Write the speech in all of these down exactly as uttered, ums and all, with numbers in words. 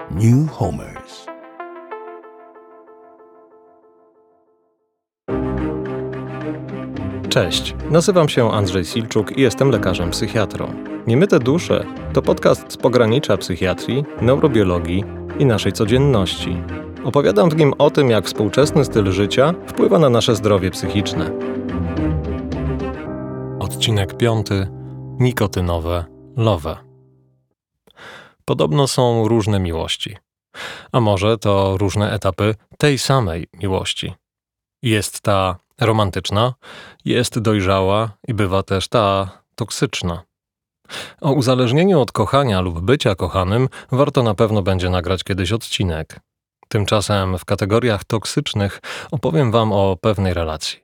New Homers. Cześć, nazywam się Andrzej Silczuk i jestem lekarzem psychiatrą. Niemyte dusze to podcast z pogranicza psychiatrii, neurobiologii i naszej codzienności. Opowiadam w nim o tym, jak współczesny styl życia wpływa na nasze zdrowie psychiczne. Odcinek piąty. Nikotynowe love. Podobno są różne miłości. A może to różne etapy tej samej miłości. Jest ta romantyczna, jest dojrzała i bywa też ta toksyczna. O uzależnieniu od kochania lub bycia kochanym warto na pewno będzie nagrać kiedyś odcinek. Tymczasem w kategoriach toksycznych opowiem wam o pewnej relacji.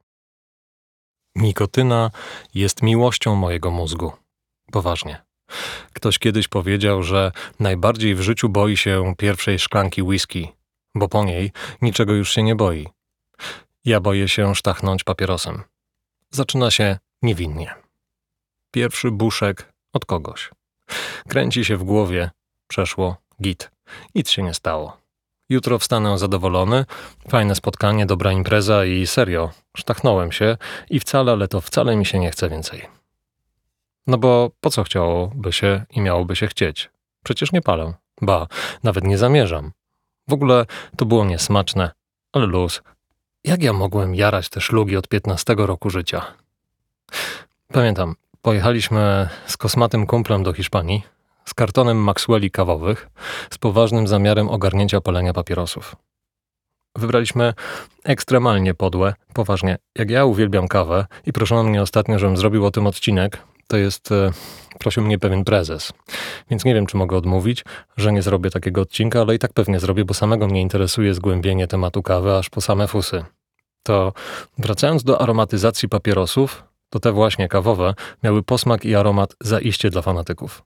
Nikotyna jest miłością mojego mózgu. Poważnie. Ktoś kiedyś powiedział, że najbardziej w życiu boi się pierwszej szklanki whisky, bo po niej niczego już się nie boi. Ja boję się sztachnąć papierosem. Zaczyna się niewinnie. Pierwszy buszek od kogoś. Kręci się w głowie, przeszło, git. Nic się nie stało. Jutro wstanę zadowolony, fajne spotkanie, dobra impreza i serio, sztachnąłem się i wcale, ale to wcale mi się nie chce więcej. No bo po co chciałoby się i miałoby się chcieć? Przecież nie palę. Ba, nawet nie zamierzam. W ogóle to było niesmaczne, ale luz. Jak ja mogłem jarać te szlugi od piętnastego roku życia? Pamiętam, pojechaliśmy z kosmatym kumplem do Hiszpanii, z kartonem Maxwelli kawowych, z poważnym zamiarem ogarnięcia palenia papierosów. Wybraliśmy ekstremalnie podłe, poważnie, jak ja uwielbiam kawę i proszono mnie ostatnio, żebym zrobił o tym odcinek, to jest, e, prosił mnie pewien prezes. Więc nie wiem, czy mogę odmówić, że nie zrobię takiego odcinka, ale i tak pewnie zrobię, bo samego mnie interesuje zgłębienie tematu kawy aż po same fusy. To wracając do aromatyzacji papierosów, to te właśnie kawowe miały posmak i aromat zaiście dla fanatyków.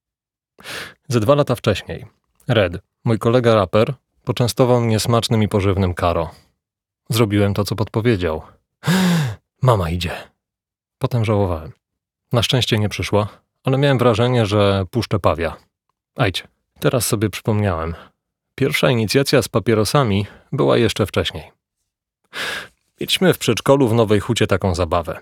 Ze dwa lata wcześniej Red, mój kolega raper, poczęstował mnie smacznym i pożywnym Karo. Zrobiłem to, co podpowiedział. Mama idzie. Potem żałowałem. Na szczęście nie przyszła, ale miałem wrażenie, że puszczę pawia. Ajdź, teraz sobie przypomniałem. Pierwsza inicjacja z papierosami była jeszcze wcześniej. Mieliśmy w przedszkolu w Nowej Hucie taką zabawę.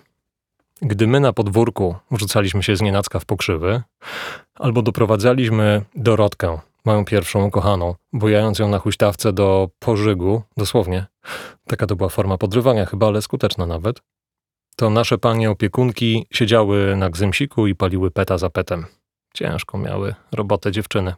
Gdy my na podwórku wrzucaliśmy się znienacka w pokrzywy, albo doprowadzaliśmy Dorotkę, moją pierwszą ukochaną, bujając ją na huśtawce do pożygu, dosłownie, taka to była forma podrywania chyba, ale skuteczna nawet, to nasze panie opiekunki siedziały na gzymsiku i paliły peta za petem. Ciężko miały robotę dziewczyny.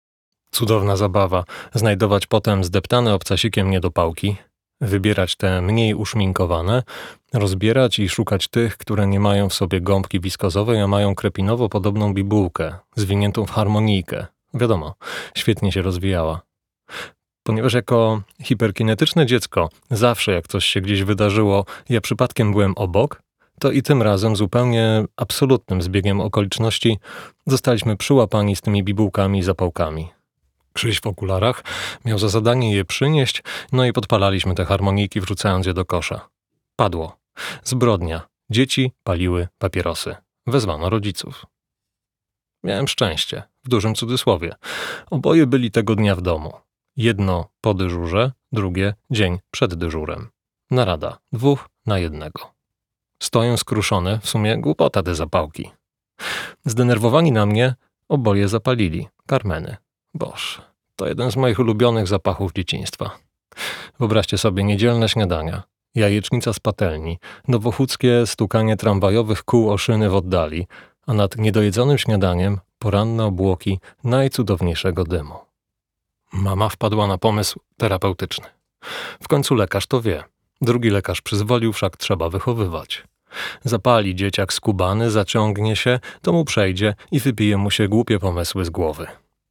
Cudowna zabawa, znajdować potem zdeptane obcasikiem niedopałki, wybierać te mniej uszminkowane, rozbierać i szukać tych, które nie mają w sobie gąbki wiskozowej, a mają krepinowo podobną bibułkę, zwiniętą w harmonijkę. Wiadomo, świetnie się rozwijała. Ponieważ jako hiperkinetyczne dziecko zawsze jak coś się gdzieś wydarzyło, ja przypadkiem byłem obok, to i tym razem zupełnie absolutnym zbiegiem okoliczności zostaliśmy przyłapani z tymi bibułkami i zapałkami. Krzyś w okularach miał za zadanie je przynieść, no i podpalaliśmy te harmonijki, wrzucając je do kosza. Padło. Zbrodnia. Dzieci paliły papierosy. Wezwano rodziców. Miałem szczęście, w dużym cudzysłowie. Oboje byli tego dnia w domu. Jedno po dyżurze, drugie dzień przed dyżurem. Narada. Dwóch na jednego. Stoję skruszony, w sumie głupota te zapałki. Zdenerwowani na mnie, oboje zapalili. Karmeny. Boż, to jeden z moich ulubionych zapachów dzieciństwa. Wyobraźcie sobie niedzielne śniadania, jajecznica z patelni, nowochódzkie stukanie tramwajowych kół o szyny w oddali, a nad niedojedzonym śniadaniem poranne obłoki najcudowniejszego dymu. Mama wpadła na pomysł terapeutyczny. W końcu lekarz to wie. Drugi lekarz przyzwolił, wszak trzeba wychowywać. Zapali dzieciak skubany, zaciągnie się, to mu przejdzie i wypije mu się głupie pomysły z głowy.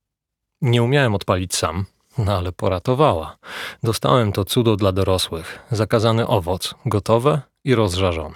Nie umiałem odpalić sam, no ale poratowała. Dostałem to cudo dla dorosłych, zakazany owoc, gotowe i rozżarzone.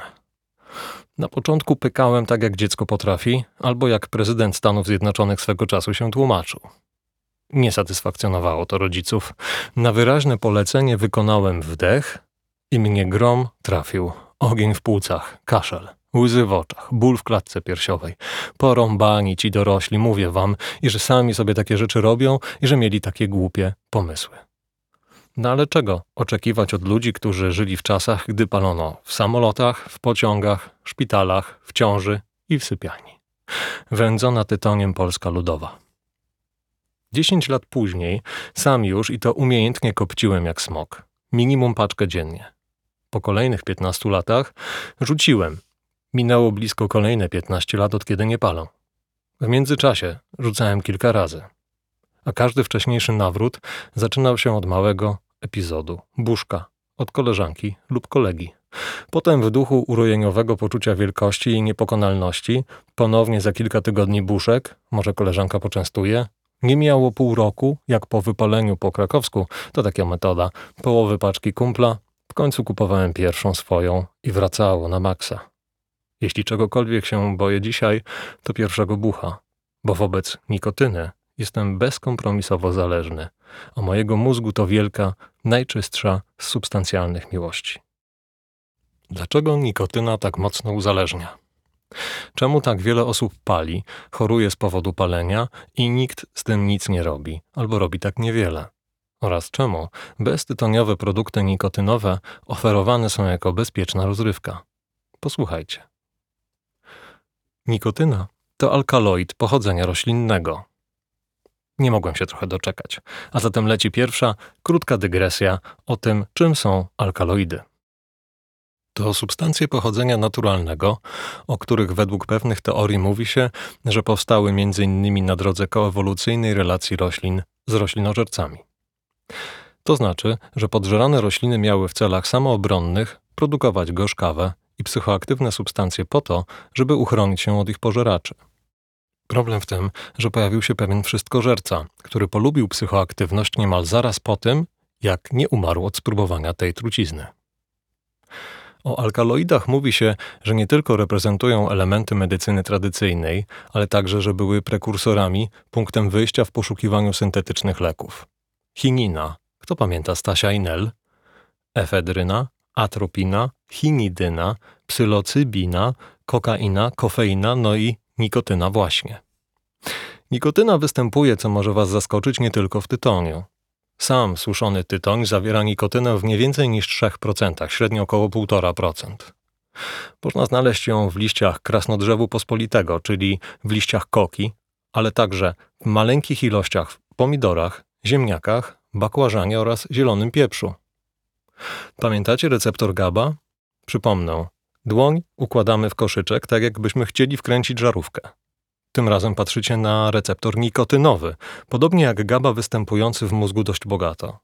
Na początku pykałem tak jak dziecko potrafi, albo jak prezydent Stanów Zjednoczonych swego czasu się tłumaczył. Nie satysfakcjonowało to rodziców. Na wyraźne polecenie wykonałem wdech i mnie grom trafił. Ogień w płucach, kaszel, Łzy w oczach, ból w klatce piersiowej. Porąbani ci dorośli, mówię wam, i że sami sobie takie rzeczy robią i że mieli takie głupie pomysły. No ale czego oczekiwać od ludzi, którzy żyli w czasach, gdy palono w samolotach, w pociągach, w szpitalach, w ciąży i w sypialni. Wędzona tytoniem Polska Ludowa. Dziesięć lat później sam już i to umiejętnie kopciłem jak smok. Minimum paczkę dziennie. Po kolejnych piętnastu latach rzuciłem. Minęło blisko kolejne piętnaście lat, od kiedy nie palę. W międzyczasie rzucałem kilka razy. A każdy wcześniejszy nawrót zaczynał się od małego epizodu, buszka, od koleżanki lub kolegi. Potem w duchu urojeniowego poczucia wielkości i niepokonalności, ponownie za kilka tygodni buszek, może koleżanka poczęstuje. Nie mijało pół roku, jak po wypaleniu po krakowsku, to taka metoda, połowy paczki kumpla, w końcu kupowałem pierwszą swoją i wracało na maksa. Jeśli czegokolwiek się boję dzisiaj, to pierwszego bucha, bo wobec nikotyny jestem bezkompromisowo zależny, a mojego mózgu to wielka, najczystsza z substancjalnych miłości. Dlaczego nikotyna tak mocno uzależnia? Czemu tak wiele osób pali, choruje z powodu palenia i nikt z tym nic nie robi, albo robi tak niewiele? Oraz czemu beztytoniowe produkty nikotynowe oferowane są jako bezpieczna rozrywka? Posłuchajcie. Nikotyna to alkaloid pochodzenia roślinnego. Nie mogłem się trochę doczekać, a zatem leci pierwsza, krótka dygresja o tym, czym są alkaloidy. To substancje pochodzenia naturalnego, o których według pewnych teorii mówi się, że powstały między innymi na drodze koewolucyjnej relacji roślin z roślinożercami. To znaczy, że podżerane rośliny miały w celach samoobronnych produkować gorzkawe i psychoaktywne substancje po to, żeby uchronić się od ich pożeraczy. Problem w tym, że pojawił się pewien wszystkożerca, który polubił psychoaktywność niemal zaraz po tym, jak nie umarł od spróbowania tej trucizny. O alkaloidach mówi się, że nie tylko reprezentują elementy medycyny tradycyjnej, ale także, że były prekursorami, punktem wyjścia w poszukiwaniu syntetycznych leków. Chinina, kto pamięta Stasia i Nel? Efedryna, atropina, chinidyna, psylocybina, kokaina, kofeina, no i nikotyna właśnie. Nikotyna występuje, co może was zaskoczyć, nie tylko w tytoniu. Sam suszony tytoń zawiera nikotynę w nie więcej niż trzy procent, średnio około półtora procent. Można znaleźć ją w liściach krasnodrzewu pospolitego, czyli w liściach koki, ale także w maleńkich ilościach w pomidorach, ziemniakach, bakłażanie oraz zielonym pieprzu. Pamiętacie receptor GABA? Przypomnę. Dłoń układamy w koszyczek, tak jakbyśmy chcieli wkręcić żarówkę. Tym razem patrzycie na receptor nikotynowy, podobnie jak GABA występujący w mózgu dość bogato.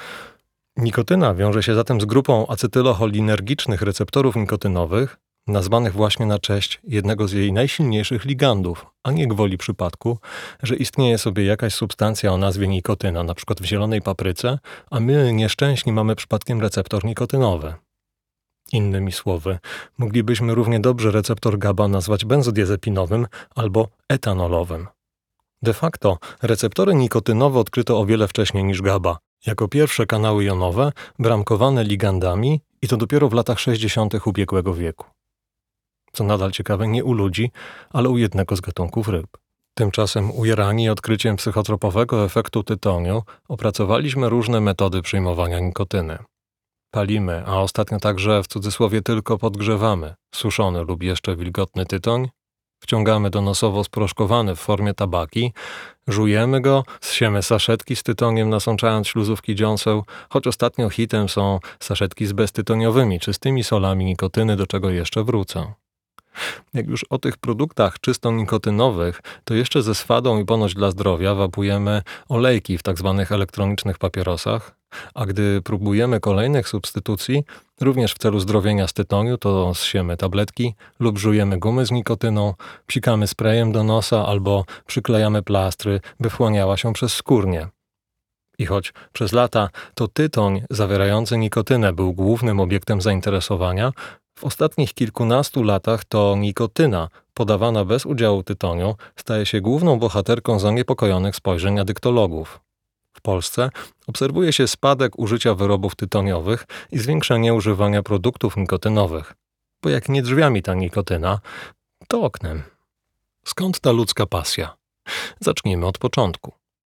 Nikotyna wiąże się zatem z grupą acetylcholinergicznych receptorów nikotynowych, nazwanych właśnie na cześć jednego z jej najsilniejszych ligandów, a nie gwoli przypadku, że istnieje sobie jakaś substancja o nazwie nikotyna, na przykład w zielonej papryce, a my nieszczęśni mamy przypadkiem receptor nikotynowy. Innymi słowy, moglibyśmy równie dobrze receptor GABA nazwać benzodiazepinowym albo etanolowym. De facto receptory nikotynowe odkryto o wiele wcześniej niż GABA, jako pierwsze kanały jonowe bramkowane ligandami i to dopiero w latach sześćdziesiątych ubiegłego wieku. Co nadal ciekawe nie u ludzi, ale u jednego z gatunków ryb. Tymczasem ujarani odkryciem psychotropowego efektu tytoniu opracowaliśmy różne metody przyjmowania nikotyny. Palimy, a ostatnio także w cudzysłowie tylko podgrzewamy suszony lub jeszcze wilgotny tytoń, wciągamy donosowo sproszkowany w formie tabaki, żujemy go, zsiemy saszetki z tytoniem, nasączając śluzówki dziąseł, choć ostatnio hitem są saszetki z beztytoniowymi, czystymi solami nikotyny, do czego jeszcze wrócę. Jak już o tych produktach czysto nikotynowych, to jeszcze ze swadą i ponoć dla zdrowia wapujemy olejki w tzw. elektronicznych papierosach, a gdy próbujemy kolejnych substytucji, również w celu zdrowienia z tytoniu, to zsiemy tabletki lub żujemy gumy z nikotyną, psikamy sprayem do nosa albo przyklejamy plastry, by wchłaniała się przez skórnię. I choć przez lata to tytoń zawierający nikotynę był głównym obiektem zainteresowania, w ostatnich kilkunastu latach to nikotyna, podawana bez udziału tytoniu, staje się główną bohaterką zaniepokojonych spojrzeń adyktologów. W Polsce obserwuje się spadek użycia wyrobów tytoniowych i zwiększenie używania produktów nikotynowych. bo jak nie drzwiami ta nikotyna, to oknem. Skąd ta ludzka pasja? Zacznijmy od początku.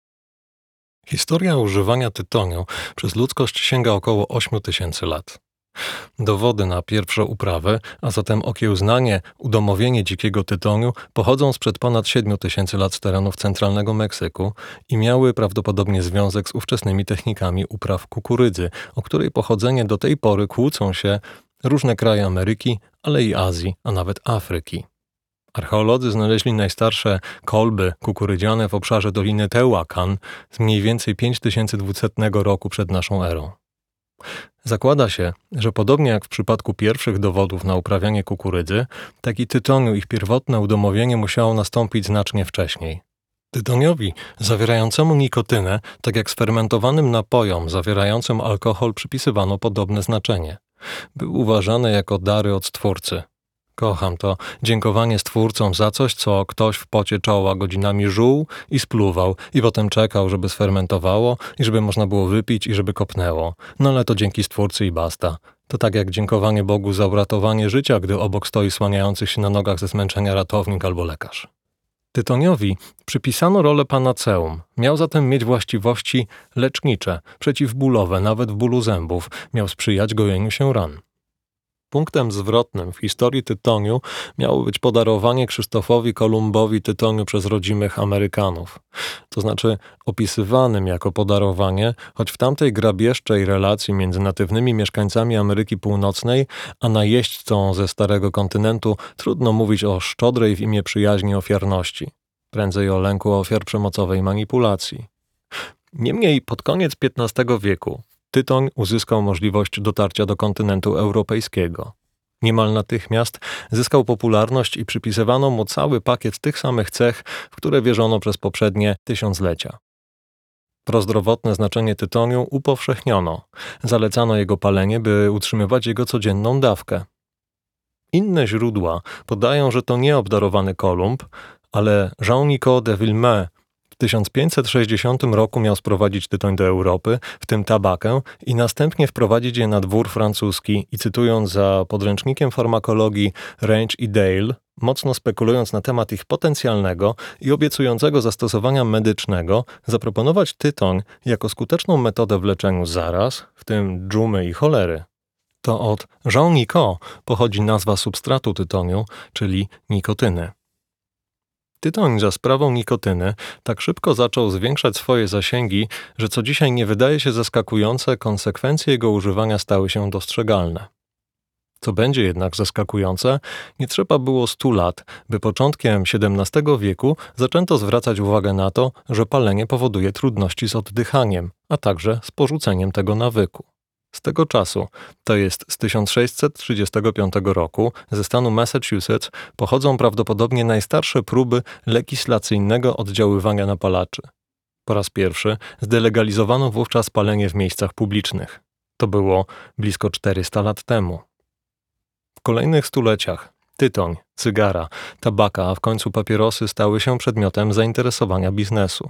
Historia używania tytoniu przez ludzkość sięga około ośmiu tysięcy lat. Dowody na pierwsze uprawy, a zatem okiełznanie, udomowienie dzikiego tytoniu pochodzą sprzed ponad siedmiu tysięcy lat z terenów centralnego Meksyku i miały prawdopodobnie związek z ówczesnymi technikami upraw kukurydzy, o której pochodzenie do tej pory kłócą się różne kraje Ameryki, ale i Azji, a nawet Afryki. Archeolodzy znaleźli najstarsze kolby kukurydziane w obszarze Doliny Tehuacan z mniej więcej pięć tysięcy dwusetnego roku przed naszą erą. Zakłada się, że podobnie jak w przypadku pierwszych dowodów na uprawianie kukurydzy, tak i tytoniu ich pierwotne udomowienie musiało nastąpić znacznie wcześniej. Tytoniowi zawierającemu nikotynę, tak jak sfermentowanym napojom zawierającym alkohol przypisywano podobne znaczenie. Był uważany jako dary od Stwórcy. Kocham to dziękowanie Stwórcom za coś, co ktoś w pocie czoła godzinami żuł i spluwał i potem czekał, żeby sfermentowało i żeby można było wypić i żeby kopnęło. No ale to dzięki Stwórcy i basta. To tak jak dziękowanie Bogu za uratowanie życia, gdy obok stoi słaniających się na nogach ze zmęczenia ratownik albo lekarz. Tytoniowi przypisano rolę panaceum. Miał zatem mieć właściwości lecznicze, przeciwbólowe, nawet w bólu zębów. Miał sprzyjać gojeniu się ran. Punktem zwrotnym w historii tytoniu miało być podarowanie Krzysztofowi Kolumbowi tytoniu przez rodzimych Amerykanów. To znaczy opisywanym jako podarowanie, choć w tamtej grabieżczej relacji między natywnymi mieszkańcami Ameryki Północnej a najeźdźcą ze Starego Kontynentu trudno mówić o szczodrej w imię przyjaźni ofiarności, prędzej o lęku ofiar przemocowej manipulacji. Niemniej pod koniec piętnastego wieku tytoń uzyskał możliwość dotarcia do kontynentu europejskiego. Niemal natychmiast zyskał popularność i przypisywano mu cały pakiet tych samych cech, w które wierzono przez poprzednie tysiąclecia. Prozdrowotne znaczenie tytoniu upowszechniono. Zalecano jego palenie, by utrzymywać jego codzienną dawkę. Inne źródła podają, że to nie obdarowany Kolumb, ale Jean-Nicot de Villemot w tysiąc pięćset sześćdziesiątym roku miał sprowadzić tytoń do Europy, w tym tabakę, i następnie wprowadzić je na dwór francuski i cytując za podręcznikiem farmakologii Range i Dale, mocno spekulując na temat ich potencjalnego i obiecującego zastosowania medycznego, zaproponować tytoń jako skuteczną metodę w leczeniu zaraz, w tym dżumy i cholery. To od Jean-Nicot pochodzi nazwa substratu tytoniu, czyli nikotyny. Tytoń za sprawą nikotyny tak szybko zaczął zwiększać swoje zasięgi, że co dzisiaj nie wydaje się zaskakujące, konsekwencje jego używania stały się dostrzegalne. Co będzie jednak zaskakujące, nie trzeba było stu lat, by początkiem siedemnastego wieku zaczęto zwracać uwagę na to, że palenie powoduje trudności z oddychaniem, a także z porzuceniem tego nawyku. Z tego czasu, to jest z tysiąc sześćset trzydziestego piątego roku, ze stanu Massachusetts pochodzą prawdopodobnie najstarsze próby legislacyjnego oddziaływania na palaczy. Po raz pierwszy zdelegalizowano wówczas palenie w miejscach publicznych. To było blisko czterysta lat temu. W kolejnych stuleciach tytoń, cygara, tabaka, a w końcu papierosy stały się przedmiotem zainteresowania biznesu.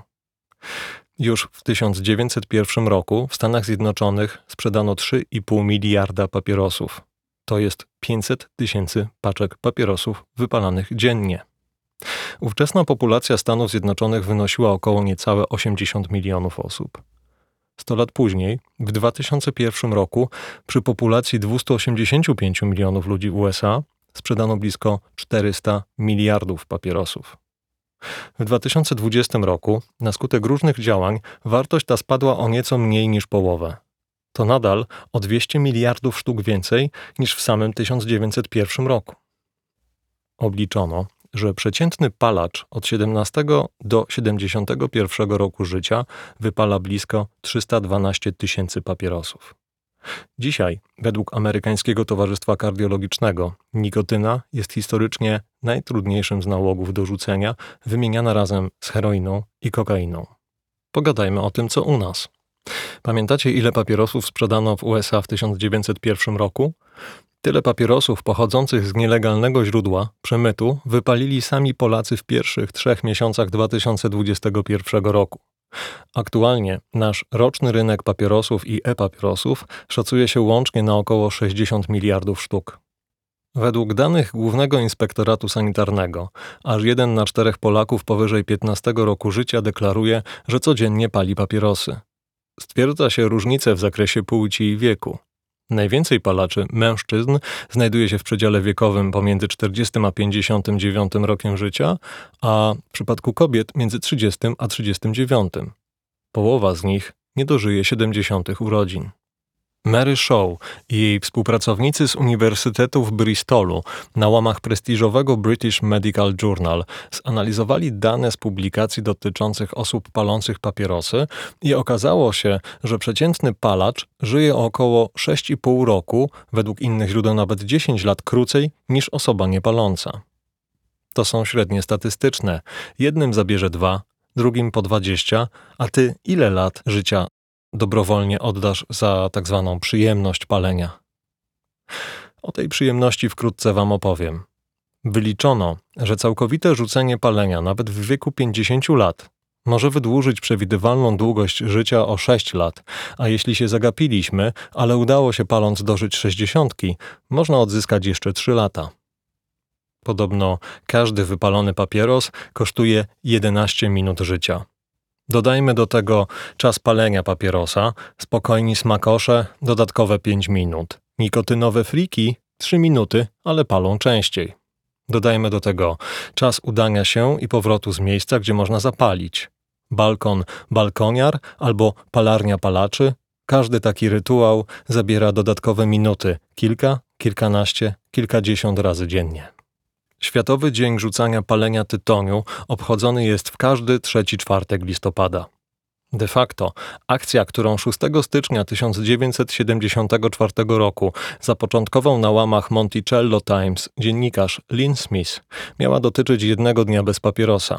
Już w tysiąc dziewięćset pierwszym roku w Stanach Zjednoczonych sprzedano trzy i pół miliarda papierosów. To jest pięćset tysięcy paczek papierosów wypalanych dziennie. Ówczesna populacja Stanów Zjednoczonych wynosiła około niecałe osiemdziesiąt milionów osób. Sto lat później, w dwa tysiące pierwszym roku, przy populacji dwieście osiemdziesiąt pięć milionów ludzi w U S A, sprzedano blisko czterysta miliardów papierosów. W dwa tysiące dwudziestym roku, na skutek różnych działań, wartość ta spadła o nieco mniej niż połowę. To nadal o dwieście miliardów sztuk więcej niż w samym tysiąc dziewięćset pierwszym roku. Obliczono, że przeciętny palacz od siedemnastego do siedemdziesiątego pierwszego roku życia wypala blisko trzysta dwanaście tysięcy papierosów. Dzisiaj, według Amerykańskiego Towarzystwa Kardiologicznego, nikotyna jest historycznie najtrudniejszym z nałogów do rzucenia, wymieniana razem z heroiną i kokainą. Pogadajmy o tym, co u nas. Pamiętacie, ile papierosów sprzedano w U S A w tysiąc dziewięćset pierwszym roku? Tyle papierosów pochodzących z nielegalnego źródła, przemytu, wypalili sami Polacy w pierwszych trzech miesiącach dwa tysiące dwudziestego pierwszego roku. Aktualnie nasz roczny rynek papierosów i e-papierosów szacuje się łącznie na około sześćdziesiąt miliardów sztuk. Według danych Głównego Inspektoratu Sanitarnego, aż jeden na czterech Polaków powyżej piętnastego roku życia deklaruje, że codziennie pali papierosy. Stwierdza się różnice w zakresie płci i wieku. Najwięcej palaczy mężczyzn znajduje się w przedziale wiekowym pomiędzy czterdziestym a pięćdziesiątym dziewiątym rokiem życia, a w przypadku kobiet między trzydziestym a trzydziestym dziewiątym. Połowa z nich nie dożyje siedemdziesiątych urodzin. Mary Shaw i jej współpracownicy z Uniwersytetu w Bristolu na łamach prestiżowego British Medical Journal zanalizowali dane z publikacji dotyczących osób palących papierosy i okazało się, że przeciętny palacz żyje około sześć i pół roku, według innych źródeł nawet dziesięć lat krócej niż osoba niepaląca. To są średnie statystyczne. Jednym zabierze dwa, drugim po dwadzieścia, a ty ile lat życia dobrowolnie oddasz za tak zwaną przyjemność palenia? O tej przyjemności wkrótce wam opowiem. Wyliczono, że całkowite rzucenie palenia nawet w wieku pięćdziesięciu lat może wydłużyć przewidywalną długość życia o sześć lat, a jeśli się zagapiliśmy, ale udało się paląc dożyć sześćdziesiątki, można odzyskać jeszcze trzy lata. Podobno każdy wypalony papieros kosztuje jedenaście minut życia. Dodajmy do tego czas palenia papierosa, spokojni smakosze, dodatkowe pięć minut. Nikotynowe friki, trzy minuty, ale palą częściej. Dodajmy do tego czas udania się i powrotu z miejsca, gdzie można zapalić. Balkon, balkoniar albo palarnia palaczy. Każdy taki rytuał zabiera dodatkowe minuty, kilka, kilkanaście, kilkadziesiąt razy dziennie. Światowy Dzień Rzucania Palenia Tytoniu obchodzony jest w każdy trzeci czwartek listopada. De facto akcja, którą szóstego stycznia tysiąc dziewięćset siedemdziesiątego czwartego roku zapoczątkował na łamach Monticello Times dziennikarz Lynn Smith, miała dotyczyć jednego dnia bez papierosa.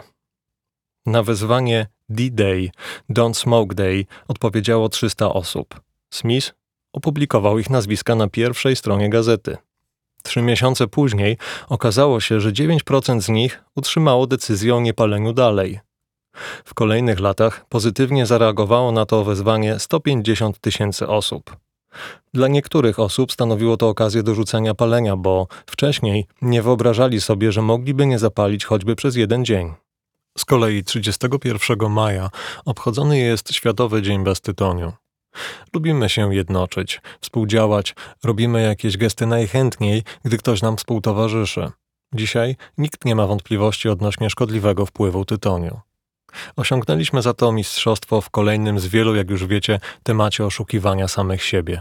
Na wezwanie D-Day, Don't Smoke Day odpowiedziało trzysta osób. Smith opublikował ich nazwiska na pierwszej stronie gazety. Trzy miesiące później okazało się, że dziewięć procent z nich utrzymało decyzję o niepaleniu dalej. W kolejnych latach pozytywnie zareagowało na to wezwanie sto pięćdziesiąt tysięcy osób. Dla niektórych osób stanowiło to okazję do rzucenia palenia, bo wcześniej nie wyobrażali sobie, że mogliby nie zapalić choćby przez jeden dzień. Z kolei trzydziestego pierwszego maja obchodzony jest Światowy Dzień bez tytoniu. Lubimy się jednoczyć, współdziałać, robimy jakieś gesty najchętniej, gdy ktoś nam współtowarzyszy. Dzisiaj nikt nie ma wątpliwości odnośnie szkodliwego wpływu tytoniu. Osiągnęliśmy za to mistrzostwo w kolejnym z wielu, jak już wiecie, temacie oszukiwania samych siebie.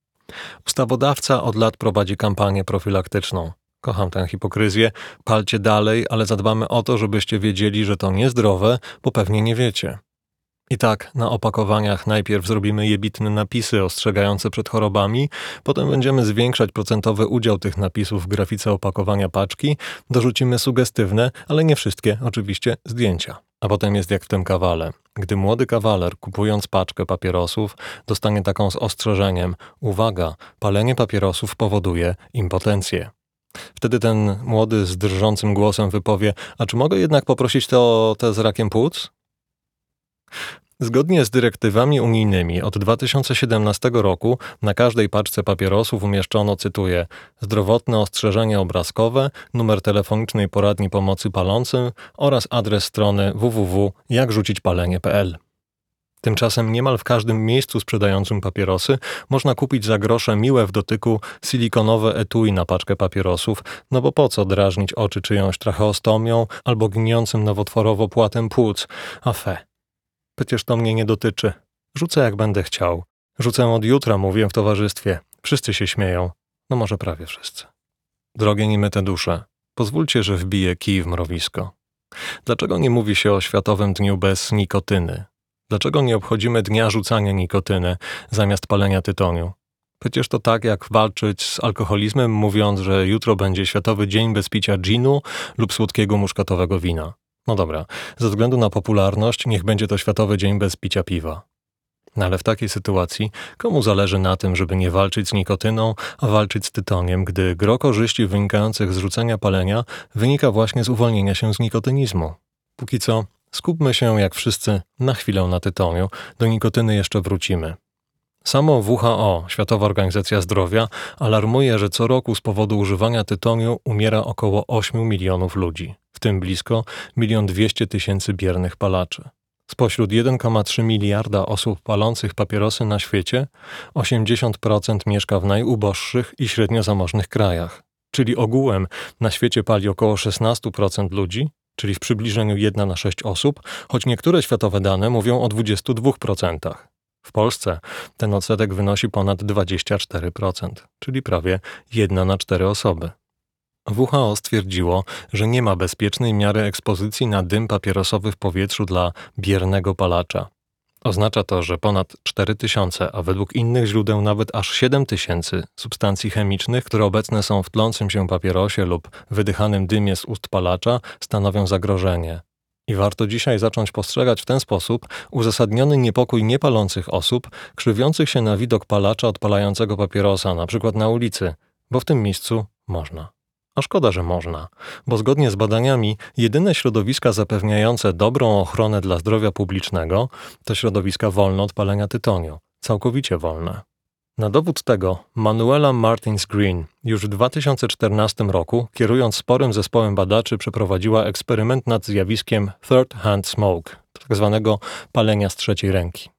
Ustawodawca od lat prowadzi kampanię profilaktyczną. Kocham tę hipokryzję, palcie dalej, ale zadbamy o to, żebyście wiedzieli, że to niezdrowe, bo pewnie nie wiecie. I tak na opakowaniach najpierw zrobimy jebitne napisy ostrzegające przed chorobami, potem będziemy zwiększać procentowy udział tych napisów w grafice opakowania paczki, dorzucimy sugestywne, ale nie wszystkie oczywiście, zdjęcia. A potem jest jak w tym kawale. Gdy młody kawaler, kupując paczkę papierosów, dostanie taką z ostrzeżeniem: uwaga, palenie papierosów powoduje impotencję. Wtedy ten młody z drżącym głosem wypowie: a czy mogę jednak poprosić to te z rakiem płuc? Zgodnie z dyrektywami unijnymi od dwa tysiące siedemnastego roku na każdej paczce papierosów umieszczono, cytuję, zdrowotne ostrzeżenie obrazkowe, numer telefonicznej poradni pomocy palącym oraz adres strony w w w kropka jak rzucić palenie kropka p l. Tymczasem niemal w każdym miejscu sprzedającym papierosy można kupić za grosze miłe w dotyku silikonowe etui na paczkę papierosów, no bo po co drażnić oczy czyjąś tracheostomią albo gnijącym nowotworowo płatem płuc, a fe. Przecież to mnie nie dotyczy. Rzucę jak będę chciał. Rzucę od jutra, mówię w towarzystwie. Wszyscy się śmieją. No może prawie wszyscy. Drogie niemyte dusze, pozwólcie, że wbiję kij w mrowisko. Dlaczego nie mówi się o Światowym Dniu bez nikotyny? Dlaczego nie obchodzimy dnia rzucania nikotyny zamiast palenia tytoniu? Przecież to tak jak walczyć z alkoholizmem, mówiąc, że jutro będzie Światowy Dzień bez picia ginu lub słodkiego muszkatowego wina. No dobra, ze względu na popularność niech będzie to Światowy Dzień bez picia piwa. No ale w takiej sytuacji komu zależy na tym, żeby nie walczyć z nikotyną, a walczyć z tytoniem, gdy gro korzyści wynikających z rzucenia palenia wynika właśnie z uwolnienia się z nikotynizmu? Póki co skupmy się, jak wszyscy, na chwilę na tytoniu, do nikotyny jeszcze wrócimy. Samo W H O, Światowa Organizacja Zdrowia, alarmuje, że co roku z powodu używania tytoniu umiera około ośmiu milionów ludzi, w tym blisko milion dwieście tysięcy biernych palaczy. Spośród jeden przecinek trzy miliarda osób palących papierosy na świecie, osiemdziesiąt procent mieszka w najuboższych i średnio zamożnych krajach, czyli ogółem na świecie pali około szesnaście procent ludzi, czyli w przybliżeniu jedna na sześć osób, choć niektóre światowe dane mówią o dwudziestu dwóch procentach. W Polsce ten odsetek wynosi ponad dwadzieścia cztery procent, czyli prawie jedna na cztery osoby. W H O stwierdziło, że nie ma bezpiecznej miary ekspozycji na dym papierosowy w powietrzu dla biernego palacza. Oznacza to, że ponad cztery tysiące, a według innych źródeł nawet aż siedem tysięcy substancji chemicznych, które obecne są w tlącym się papierosie lub wydychanym dymie z ust palacza, stanowią zagrożenie. I warto dzisiaj zacząć postrzegać w ten sposób uzasadniony niepokój niepalących osób, krzywiących się na widok palacza odpalającego papierosa, na przykład na ulicy, bo w tym miejscu można. A szkoda, że można, bo zgodnie z badaniami jedyne środowiska zapewniające dobrą ochronę dla zdrowia publicznego to środowiska wolne od palenia tytoniu, całkowicie wolne. Na dowód tego Manuela Martins Green już w dwa tysiące czternastym roku, kierując sporym zespołem badaczy, przeprowadziła eksperyment nad zjawiskiem third hand smoke, tak zwanego palenia z trzeciej ręki.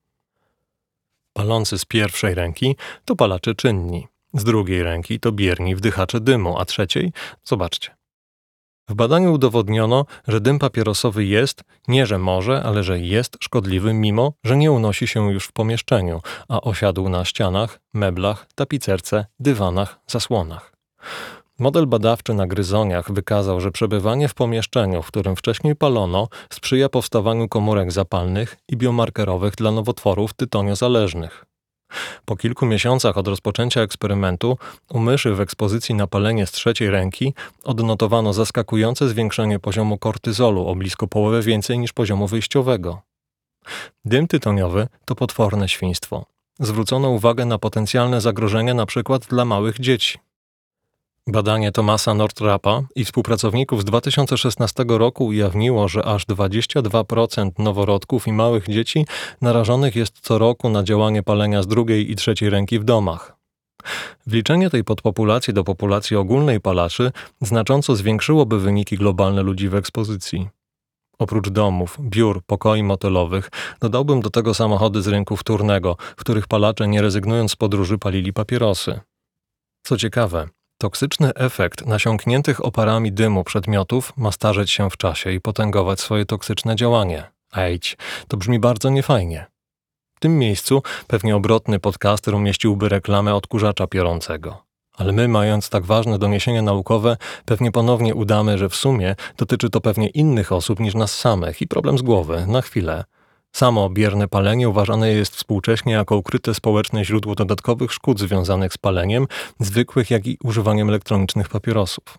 Palący z pierwszej ręki to palacze czynni, z drugiej ręki to bierni wdychacze dymu, a trzeciej zobaczcie. W badaniu udowodniono, że dym papierosowy jest, nie że może, ale że jest szkodliwy, mimo że nie unosi się już w pomieszczeniu, a osiadł na ścianach, meblach, tapicerce, dywanach, zasłonach. Model badawczy na gryzoniach wykazał, że przebywanie w pomieszczeniu, w którym wcześniej palono, sprzyja powstawaniu komórek zapalnych i biomarkerowych dla nowotworów tytoniozależnych. Po kilku miesiącach od rozpoczęcia eksperymentu u myszy w ekspozycji na palenie z trzeciej ręki odnotowano zaskakujące zwiększenie poziomu kortyzolu o blisko połowę więcej niż poziomu wyjściowego. Dym tytoniowy to potworne świństwo. Zwrócono uwagę na potencjalne zagrożenia np. dla małych dzieci. Badanie Thomasa Northrapa i współpracowników z dwa tysiące szesnastego roku ujawniło, że aż dwadzieścia dwa procent noworodków i małych dzieci narażonych jest co roku na działanie palenia z drugiej i trzeciej ręki w domach. Wliczenie tej podpopulacji do populacji ogólnej palaczy znacząco zwiększyłoby wyniki globalne ludzi w ekspozycji. Oprócz domów, biur, pokoi motelowych, dodałbym do tego samochody z rynku wtórnego, w których palacze nie rezygnując z podróży palili papierosy. Co ciekawe, toksyczny efekt nasiąkniętych oparami dymu przedmiotów ma starzeć się w czasie i potęgować swoje toksyczne działanie. Ejdź, to brzmi bardzo niefajnie. W tym miejscu pewnie obrotny podcaster umieściłby reklamę odkurzacza piorącego. Ale my, mając tak ważne doniesienia naukowe, pewnie ponownie udamy, że w sumie dotyczy to pewnie innych osób niż nas samych i problem z głowy, na chwilę. Samo bierne palenie uważane jest współcześnie jako ukryte społeczne źródło dodatkowych szkód związanych z paleniem, zwykłych jak i używaniem elektronicznych papierosów.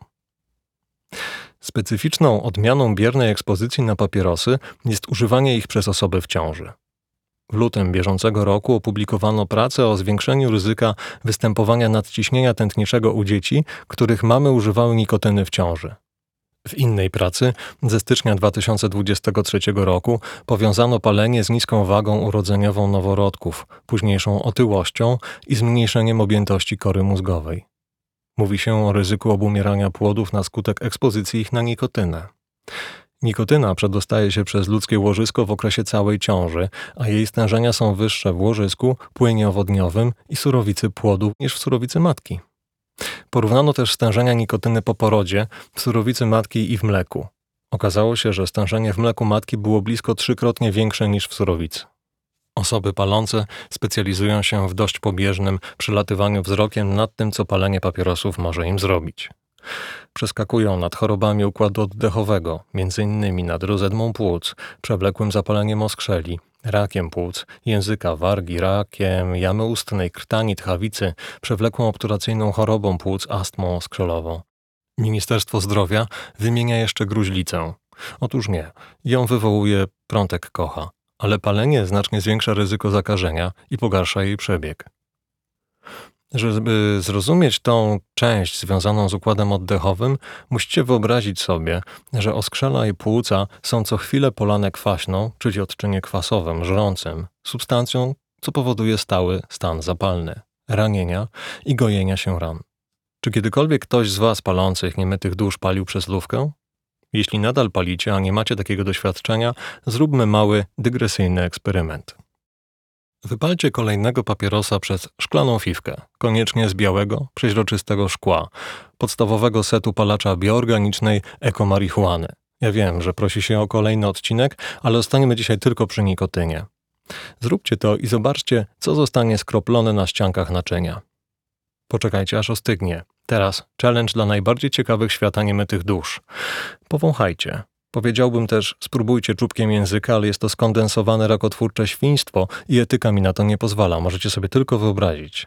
Specyficzną odmianą biernej ekspozycji na papierosy jest używanie ich przez osoby w ciąży. W lutym bieżącego roku opublikowano pracę o zwiększeniu ryzyka występowania nadciśnienia tętniczego u dzieci, których mamy używały nikotyny w ciąży. W innej pracy ze stycznia dwa tysiące dwudziestego trzeciego roku powiązano palenie z niską wagą urodzeniową noworodków, późniejszą otyłością i zmniejszeniem objętości kory mózgowej. Mówi się o ryzyku obumierania płodów na skutek ekspozycji ich na nikotynę. Nikotyna przedostaje się przez ludzkie łożysko w okresie całej ciąży, a jej stężenia są wyższe w łożysku, płynie owodniowym i surowicy płodu niż w surowicy matki. Porównano też stężenia nikotyny po porodzie w surowicy matki i w mleku. Okazało się, że stężenie w mleku matki było blisko trzykrotnie większe niż w surowicy. Osoby palące specjalizują się w dość pobieżnym przelatywaniu wzrokiem nad tym, co palenie papierosów może im zrobić. Przeskakują nad chorobami układu oddechowego, między innymi nad rozedmą płuc, przewlekłym zapaleniem oskrzeli, rakiem płuc, języka, wargi, rakiem jamy ustnej, krtani, tchawicy, przewlekłą obturacyjną chorobą płuc, astmą oskrzelową. Ministerstwo Zdrowia wymienia jeszcze gruźlicę. Otóż nie, ją wywołuje prątek Kocha, ale palenie znacznie zwiększa ryzyko zakażenia i pogarsza jej przebieg. Żeby zrozumieć tą część związaną z układem oddechowym, musicie wyobrazić sobie, że oskrzela i płuca są co chwilę polane kwaśną, czyli odczynie kwasowym, żrącym, substancją, co powoduje stały stan zapalny, ranienia i gojenia się ran. Czy kiedykolwiek ktoś z Was palących niemytych dusz palił przez lufkę? Jeśli nadal palicie, a nie macie takiego doświadczenia, zróbmy mały, dygresyjny eksperyment. Wypalcie kolejnego papierosa przez szklaną fifkę, koniecznie z białego, przeźroczystego szkła, podstawowego setu palacza bioorganicznej ekomarihuany. Ja wiem, że prosi się o kolejny odcinek, ale zostaniemy dzisiaj tylko przy nikotynie. Zróbcie to i zobaczcie, co zostanie skroplone na ściankach naczynia. Poczekajcie, aż ostygnie. Teraz challenge dla najbardziej ciekawych świata niemytych dusz. Powąchajcie. Powiedziałbym też, spróbujcie czubkiem języka, ale jest to skondensowane rakotwórcze świństwo i etyka mi na to nie pozwala. Możecie sobie tylko wyobrazić.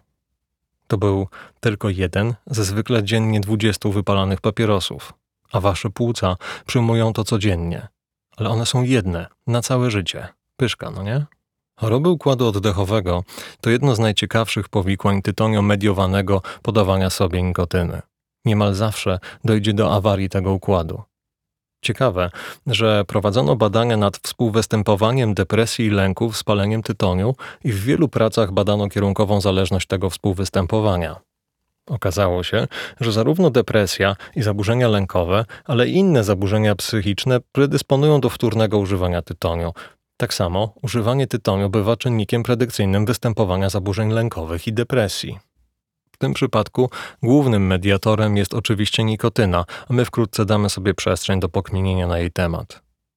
To był tylko jeden ze zwykle dziennie dwudziestu wypalanych papierosów, a wasze płuca przyjmują to codziennie. Ale one są jedne, na całe życie. Pyszka, no nie? Choroby układu oddechowego to jedno z najciekawszych powikłań tytonio-mediowanego podawania sobie nikotyny. Niemal zawsze dojdzie do awarii tego układu. Ciekawe, że prowadzono badania nad współwystępowaniem depresji i lęków z paleniem tytoniu i w wielu pracach badano kierunkową zależność tego współwystępowania. Okazało się, że zarówno depresja i zaburzenia lękowe, ale i inne zaburzenia psychiczne predysponują do wtórnego używania tytoniu. Tak samo używanie tytoniu bywa czynnikiem predykcyjnym występowania zaburzeń lękowych i depresji. W tym przypadku głównym mediatorem jest oczywiście nikotyna, a my wkrótce damy sobie przestrzeń do pokminienia na jej temat.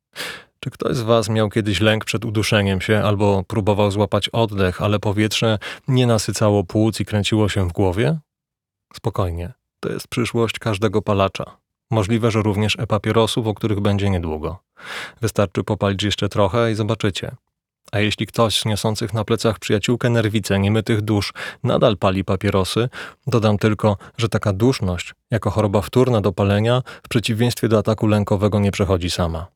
Czy ktoś z Was miał kiedyś lęk przed uduszeniem się albo próbował złapać oddech, ale powietrze nie nasycało płuc i kręciło się w głowie? Spokojnie, to jest przyszłość każdego palacza. Możliwe, że również e-papierosów, o których będzie niedługo. Wystarczy popalić jeszcze trochę i zobaczycie. A jeśli ktoś z niosących na plecach przyjaciółkę nerwicę niemytych dusz nadal pali papierosy, dodam tylko, że taka duszność, jako choroba wtórna do palenia, w przeciwieństwie do ataku lękowego nie przechodzi sama.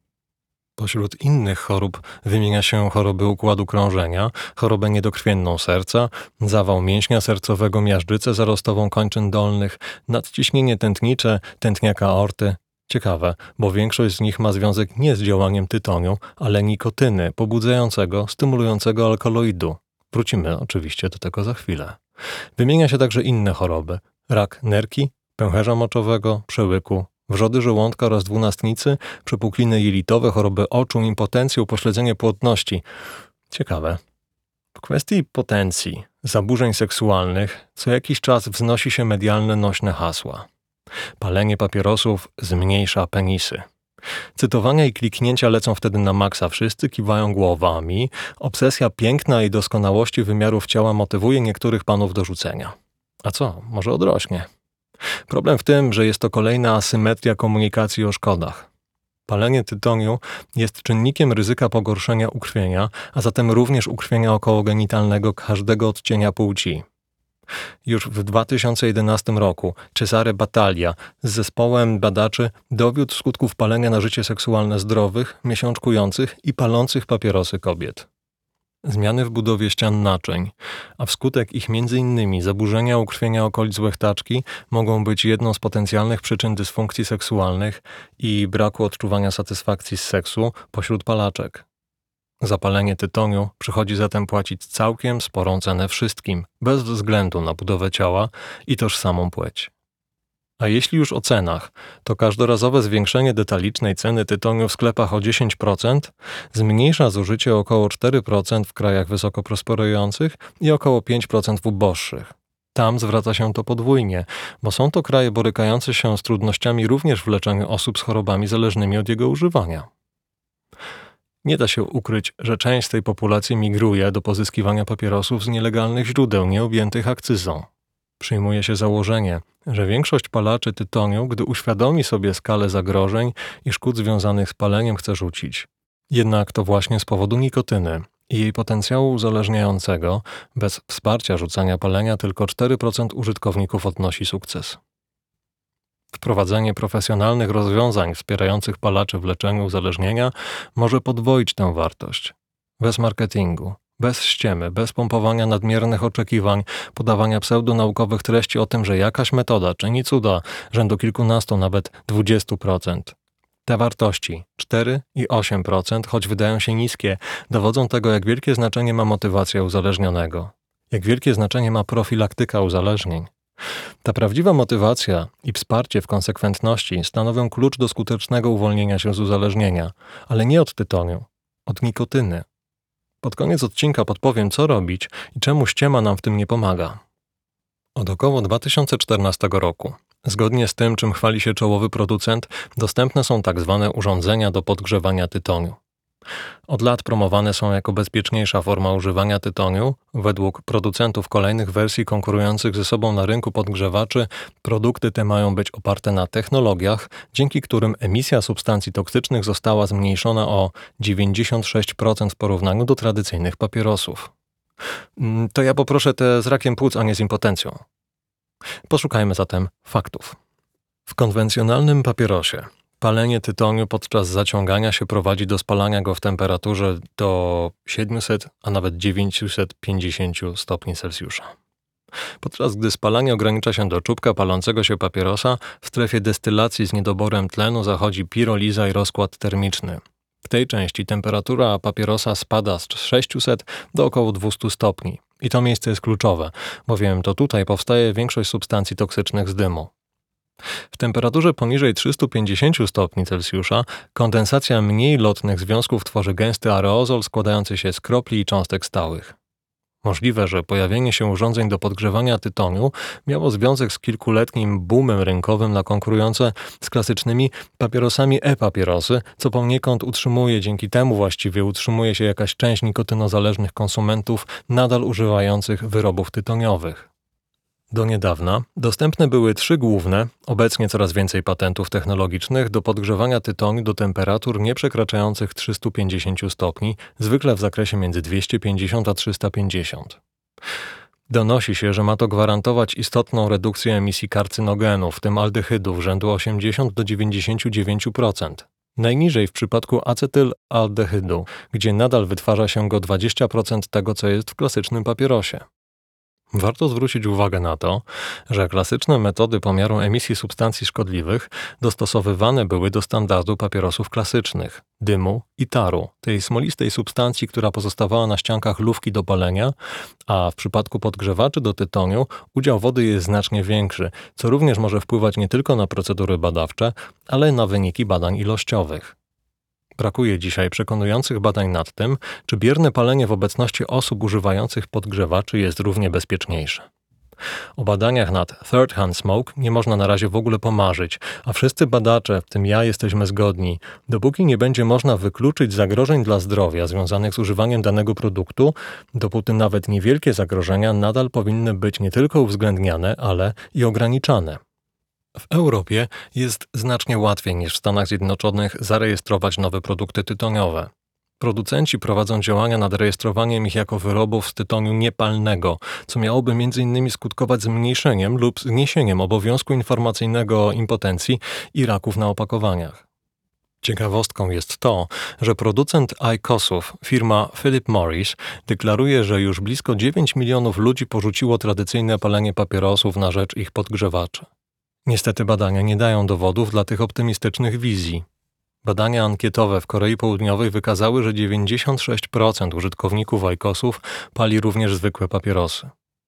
Pośród innych chorób wymienia się choroby układu krążenia, chorobę niedokrwienną serca, zawał mięśnia sercowego, miażdżycę zarostową kończyn dolnych, nadciśnienie tętnicze, tętniaka aorty. Ciekawe, bo większość z nich ma związek nie z działaniem tytoniu, ale nikotyny, pobudzającego, stymulującego alkaloidu. Wrócimy oczywiście do tego za chwilę. Wymienia się także inne choroby. Rak nerki, pęcherza moczowego, przełyku, wrzody żołądka oraz dwunastnicy, przepukliny jelitowe, choroby oczu, impotencję, upośledzenie płodności. Ciekawe. W kwestii potencji, zaburzeń seksualnych, co jakiś czas wznosi się medialne nośne hasła. Palenie papierosów zmniejsza penisy. Cytowania i kliknięcia lecą wtedy na maksa, wszyscy kiwają głowami. Obsesja piękna i doskonałości wymiarów ciała motywuje niektórych panów do rzucenia. A co, może odrośnie? Problem w tym, że jest to kolejna asymetria komunikacji o szkodach. Palenie tytoniu jest czynnikiem ryzyka pogorszenia ukrwienia, a zatem również ukrwienia okołogenitalnego każdego odcienia płci. Już w dwa tysiące jedenastym roku Cesare Battaglia z zespołem badaczy dowiódł skutków palenia na życie seksualne zdrowych, miesiączkujących i palących papierosy kobiet. Zmiany w budowie ścian naczyń, a wskutek ich między innymi zaburzenia ukrwienia okolic łechtaczki mogą być jedną z potencjalnych przyczyn dysfunkcji seksualnych i braku odczuwania satysfakcji z seksu pośród palaczek. Za palenie tytoniu przychodzi zatem płacić całkiem sporą cenę wszystkim, bez względu na budowę ciała i tożsamą płeć. A jeśli już o cenach, to każdorazowe zwiększenie detalicznej ceny tytoniu w sklepach o dziesięć procent zmniejsza zużycie o około cztery procent w krajach wysoko prosperujących i około pięć procent w uboższych. Tam zwraca się to podwójnie, bo są to kraje borykające się z trudnościami również w leczeniu osób z chorobami zależnymi od jego używania. Nie da się ukryć, że część z tej populacji migruje do pozyskiwania papierosów z nielegalnych źródeł nieobjętych akcyzą. Przyjmuje się założenie, że większość palaczy tytoniu, gdy uświadomi sobie skalę zagrożeń i szkód związanych z paleniem, chce rzucić. Jednak to właśnie z powodu nikotyny i jej potencjału uzależniającego, bez wsparcia rzucania palenia tylko cztery procent użytkowników odnosi sukces. Wprowadzenie profesjonalnych rozwiązań wspierających palaczy w leczeniu uzależnienia może podwoić tę wartość. Bez marketingu, bez ściemy, bez pompowania nadmiernych oczekiwań, podawania pseudonaukowych treści o tym, że jakaś metoda czyni cuda rzędu kilkunastu, nawet dwudziestu procent. Te wartości cztery i osiem procent, choć wydają się niskie, dowodzą tego, jak wielkie znaczenie ma motywacja uzależnionego, jak wielkie znaczenie ma profilaktyka uzależnień. Ta prawdziwa motywacja i wsparcie w konsekwentności stanowią klucz do skutecznego uwolnienia się z uzależnienia, ale nie od tytoniu, od nikotyny. Pod koniec odcinka podpowiem, co robić i czemu ściema nam w tym nie pomaga. Od około dwa tysiące czternastego roku, zgodnie z tym, czym chwali się czołowy producent, dostępne są tak zwane urządzenia do podgrzewania tytoniu. Od lat promowane są jako bezpieczniejsza forma używania tytoniu. Według producentów kolejnych wersji konkurujących ze sobą na rynku podgrzewaczy, produkty te mają być oparte na technologiach, dzięki którym emisja substancji toksycznych została zmniejszona o dziewięćdziesiąt sześć procent w porównaniu do tradycyjnych papierosów. To ja poproszę te z rakiem płuc, a nie z impotencją. Poszukajmy zatem faktów. W konwencjonalnym papierosie palenie tytoniu podczas zaciągania się prowadzi do spalania go w temperaturze do siedmiuset, a nawet dziewięciuset pięćdziesiąt stopni Celsjusza. Podczas gdy spalanie ogranicza się do czubka palącego się papierosa, w strefie destylacji z niedoborem tlenu zachodzi piroliza i rozkład termiczny. W tej części temperatura papierosa spada z sześciuset do około dwustu stopni. I to miejsce jest kluczowe, bowiem to tutaj powstaje większość substancji toksycznych z dymu. W temperaturze poniżej trzystu pięćdziesięciu stopni Celsjusza kondensacja mniej lotnych związków tworzy gęsty aerozol składający się z kropli i cząstek stałych. Możliwe, że pojawienie się urządzeń do podgrzewania tytoniu miało związek z kilkuletnim boomem rynkowym na konkurujące z klasycznymi papierosami e-papierosy, co poniekąd utrzymuje, dzięki temu właściwie utrzymuje się jakaś część nikotynozależnych konsumentów nadal używających wyrobów tytoniowych. Do niedawna dostępne były trzy główne, obecnie coraz więcej patentów technologicznych do podgrzewania tytoniu do temperatur nie przekraczających trzystu pięćdziesięciu stopni, zwykle w zakresie między dwieście pięćdziesiąt a trzysta pięćdziesiąt. Donosi się, że ma to gwarantować istotną redukcję emisji karcynogenów, w tym aldehydów rzędu osiemdziesiąt do dziewięćdziesięciu dziewięciu procent. Najniżej w przypadku acetylaldehydu, gdzie nadal wytwarza się go dwadzieścia procent tego, co jest w klasycznym papierosie. Warto zwrócić uwagę na to, że klasyczne metody pomiaru emisji substancji szkodliwych dostosowywane były do standardu papierosów klasycznych, dymu i taru, tej smolistej substancji, która pozostawała na ściankach lufki do palenia, a w przypadku podgrzewaczy do tytoniu udział wody jest znacznie większy, co również może wpływać nie tylko na procedury badawcze, ale na wyniki badań ilościowych. Brakuje dzisiaj przekonujących badań nad tym, czy bierne palenie w obecności osób używających podgrzewaczy jest równie bezpieczniejsze. O badaniach nad third hand smoke nie można na razie w ogóle pomarzyć, a wszyscy badacze, w tym ja, jesteśmy zgodni. Dopóki nie będzie można wykluczyć zagrożeń dla zdrowia związanych z używaniem danego produktu, dopóty nawet niewielkie zagrożenia nadal powinny być nie tylko uwzględniane, ale i ograniczane. W Europie jest znacznie łatwiej niż w Stanach Zjednoczonych zarejestrować nowe produkty tytoniowe. Producenci prowadzą działania nad rejestrowaniem ich jako wyrobów z tytoniu niepalnego, co miałoby między innymi skutkować zmniejszeniem lub zniesieniem obowiązku informacyjnego o impotencji i raków na opakowaniach. Ciekawostką jest to, że producent ajkosów, firma Philip Morris, deklaruje, że już blisko dziewięć milionów ludzi porzuciło tradycyjne palenie papierosów na rzecz ich podgrzewaczy. Niestety badania nie dają dowodów dla tych optymistycznych wizji. Badania ankietowe w Korei Południowej wykazały, że dziewięćdziesiąt sześć procent użytkowników ajkosów pali również zwykłe papierosy.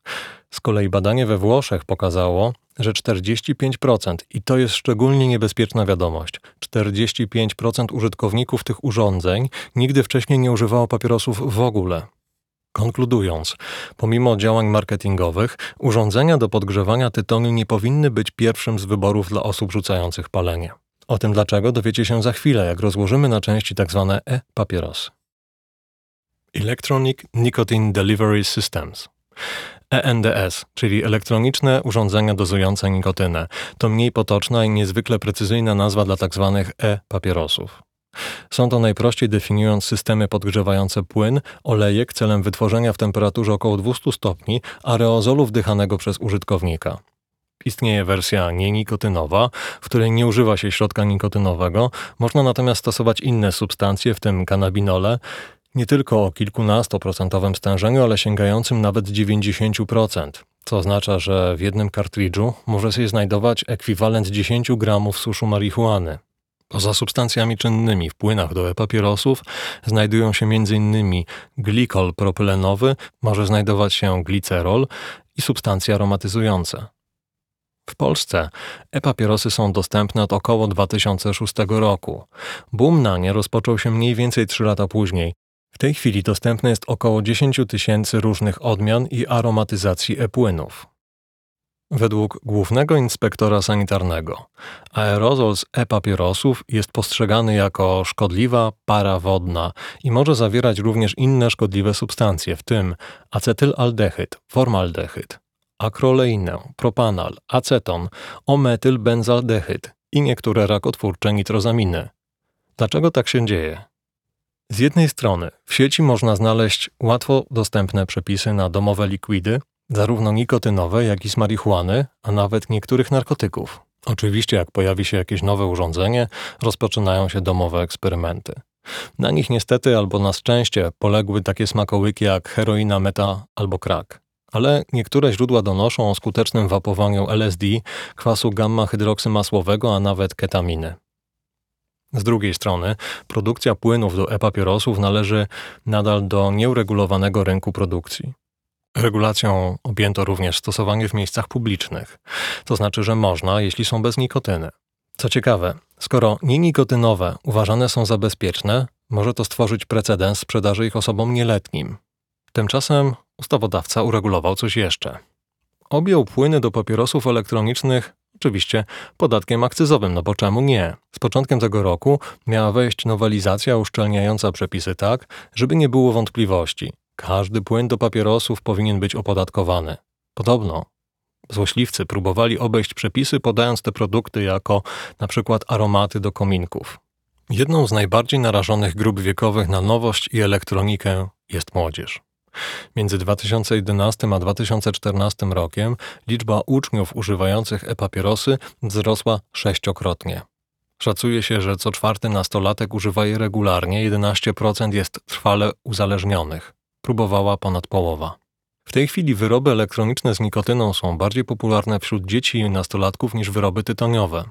Z kolei badanie we Włoszech pokazało, że czterdzieści pięć procent, i to jest szczególnie niebezpieczna wiadomość, czterdzieści pięć procent użytkowników tych urządzeń nigdy wcześniej nie używało papierosów w ogóle. Konkludując, pomimo działań marketingowych, urządzenia do podgrzewania tytoniu nie powinny być pierwszym z wyborów dla osób rzucających palenie. O tym dlaczego dowiecie się za chwilę, jak rozłożymy na części tzw. e-papierosy. Electronic Nicotine Delivery Systems E N D S, czyli elektroniczne urządzenia dozujące nikotynę, to mniej potoczna i niezwykle precyzyjna nazwa dla tzw. e-papierosów. Są to najprościej definiując systemy podgrzewające płyn, olejek celem wytworzenia w temperaturze około dwustu stopni aerozolu wdychanego przez użytkownika. Istnieje wersja nienikotynowa, w której nie używa się środka nikotynowego, można natomiast stosować inne substancje, w tym kanabinole, nie tylko o kilkunastoprocentowym stężeniu, ale sięgającym nawet dziewięćdziesiąt procent, co oznacza, że w jednym kartridżu może się znajdować ekwiwalent dziesięć gramów suszu marihuany. Poza substancjami czynnymi w płynach do e-papierosów znajdują się między innymi glikol propylenowy, może znajdować się glicerol i substancje aromatyzujące. W Polsce e-papierosy są dostępne od około dwa tysiące szóstego roku. Boom na nie rozpoczął się mniej więcej trzy lata później. W tej chwili dostępne jest około dziesięć tysięcy różnych odmian i aromatyzacji e-płynów. Według głównego inspektora sanitarnego aerozol z e-papierosów jest postrzegany jako szkodliwa para wodna i może zawierać również inne szkodliwe substancje, w tym acetylaldehyd, formaldehyd, akroleinę, propanal, aceton, ometylbenzaldehyd i niektóre rakotwórcze nitrozaminy. Dlaczego tak się dzieje? Z jednej strony w sieci można znaleźć łatwo dostępne przepisy na domowe likwidy, zarówno nikotynowe, jak i z marihuany, a nawet niektórych narkotyków. Oczywiście jak pojawi się jakieś nowe urządzenie, rozpoczynają się domowe eksperymenty. Na nich niestety albo na szczęście poległy takie smakołyki jak heroina, meta albo crack. Ale niektóre źródła donoszą o skutecznym wapowaniu L S D, kwasu gamma-hydroksymasłowego, a nawet ketaminy. Z drugiej strony produkcja płynów do e-papierosów należy nadal do nieuregulowanego rynku produkcji. Regulacją objęto również stosowanie w miejscach publicznych. To znaczy, że można, jeśli są bez nikotyny. Co ciekawe, skoro nienikotynowe uważane są za bezpieczne, może to stworzyć precedens sprzedaży ich osobom nieletnim. Tymczasem ustawodawca uregulował coś jeszcze. Objął płyny do papierosów elektronicznych oczywiście podatkiem akcyzowym, no bo czemu nie? Z początkiem tego roku miała wejść nowelizacja uszczelniająca przepisy tak, żeby nie było wątpliwości. Każdy płyn do papierosów powinien być opodatkowany. Podobno złośliwcy próbowali obejść przepisy, podając te produkty jako na przykład aromaty do kominków. Jedną z najbardziej narażonych grup wiekowych na nowość i elektronikę jest młodzież. Między dwa tysiące jedenastym a dwa tysiące czternastym rokiem liczba uczniów używających e-papierosy wzrosła sześciokrotnie. Szacuje się, że co czwarty nastolatek używa je regularnie, jedenaście procent jest trwale uzależnionych. Próbowała ponad połowa. W tej chwili wyroby elektroniczne z nikotyną są bardziej popularne wśród dzieci i nastolatków niż wyroby tytoniowe.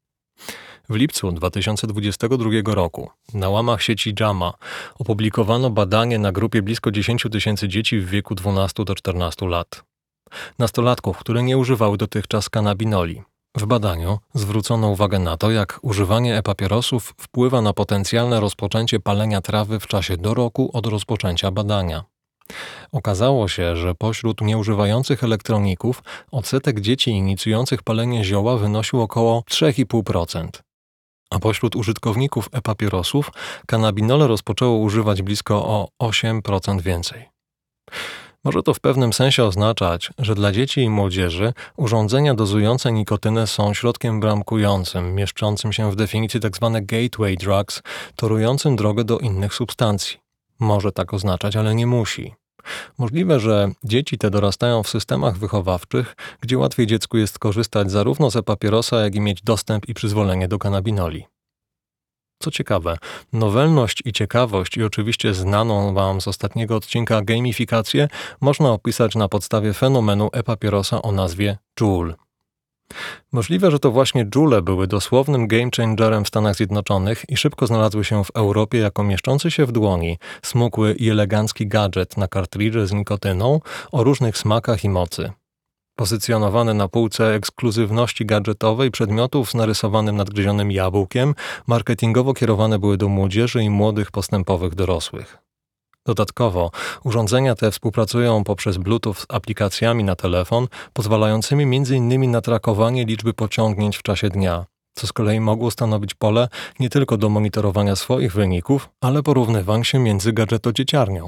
W lipcu dwa tysiące dwudziestego drugiego roku na łamach sieci JAMA opublikowano badanie na grupie blisko dziesięć tysięcy dzieci w wieku dwunastu do czternastu lat. Nastolatków, które nie używały dotychczas kanabinoli. W badaniu zwrócono uwagę na to, jak używanie e-papierosów wpływa na potencjalne rozpoczęcie palenia trawy w czasie do roku od rozpoczęcia badania. Okazało się, że pośród nieużywających elektroników odsetek dzieci inicjujących palenie zioła wynosił około trzy i pół procent. A pośród użytkowników e-papierosów kanabinole rozpoczęło używać blisko o osiem procent więcej. Może to w pewnym sensie oznaczać, że dla dzieci i młodzieży urządzenia dozujące nikotynę są środkiem bramkującym, mieszczącym się w definicji tzw. gateway drugs, torującym drogę do innych substancji. Może tak oznaczać, ale nie musi. Możliwe, że dzieci te dorastają w systemach wychowawczych, gdzie łatwiej dziecku jest korzystać zarówno z e-papierosa, jak i mieć dostęp i przyzwolenie do kanabinoli. Co ciekawe, nowelność i ciekawość i oczywiście znaną Wam z ostatniego odcinka gamifikację można opisać na podstawie fenomenu e-papierosa o nazwie Juul. Możliwe, że to właśnie Juule były dosłownym game changerem w Stanach Zjednoczonych i szybko znalazły się w Europie jako mieszczący się w dłoni, smukły i elegancki gadżet na kartridże z nikotyną o różnych smakach i mocy. Pozycjonowane na półce ekskluzywności gadżetowej przedmiotów z narysowanym nadgryzionym jabłkiem, marketingowo kierowane były do młodzieży i młodych postępowych dorosłych. Dodatkowo urządzenia te współpracują poprzez Bluetooth z aplikacjami na telefon, pozwalającymi między innymi na trakowanie liczby pociągnięć w czasie dnia, co z kolei mogło stanowić pole nie tylko do monitorowania swoich wyników, ale porównywań się między gadżetodzieciarnią.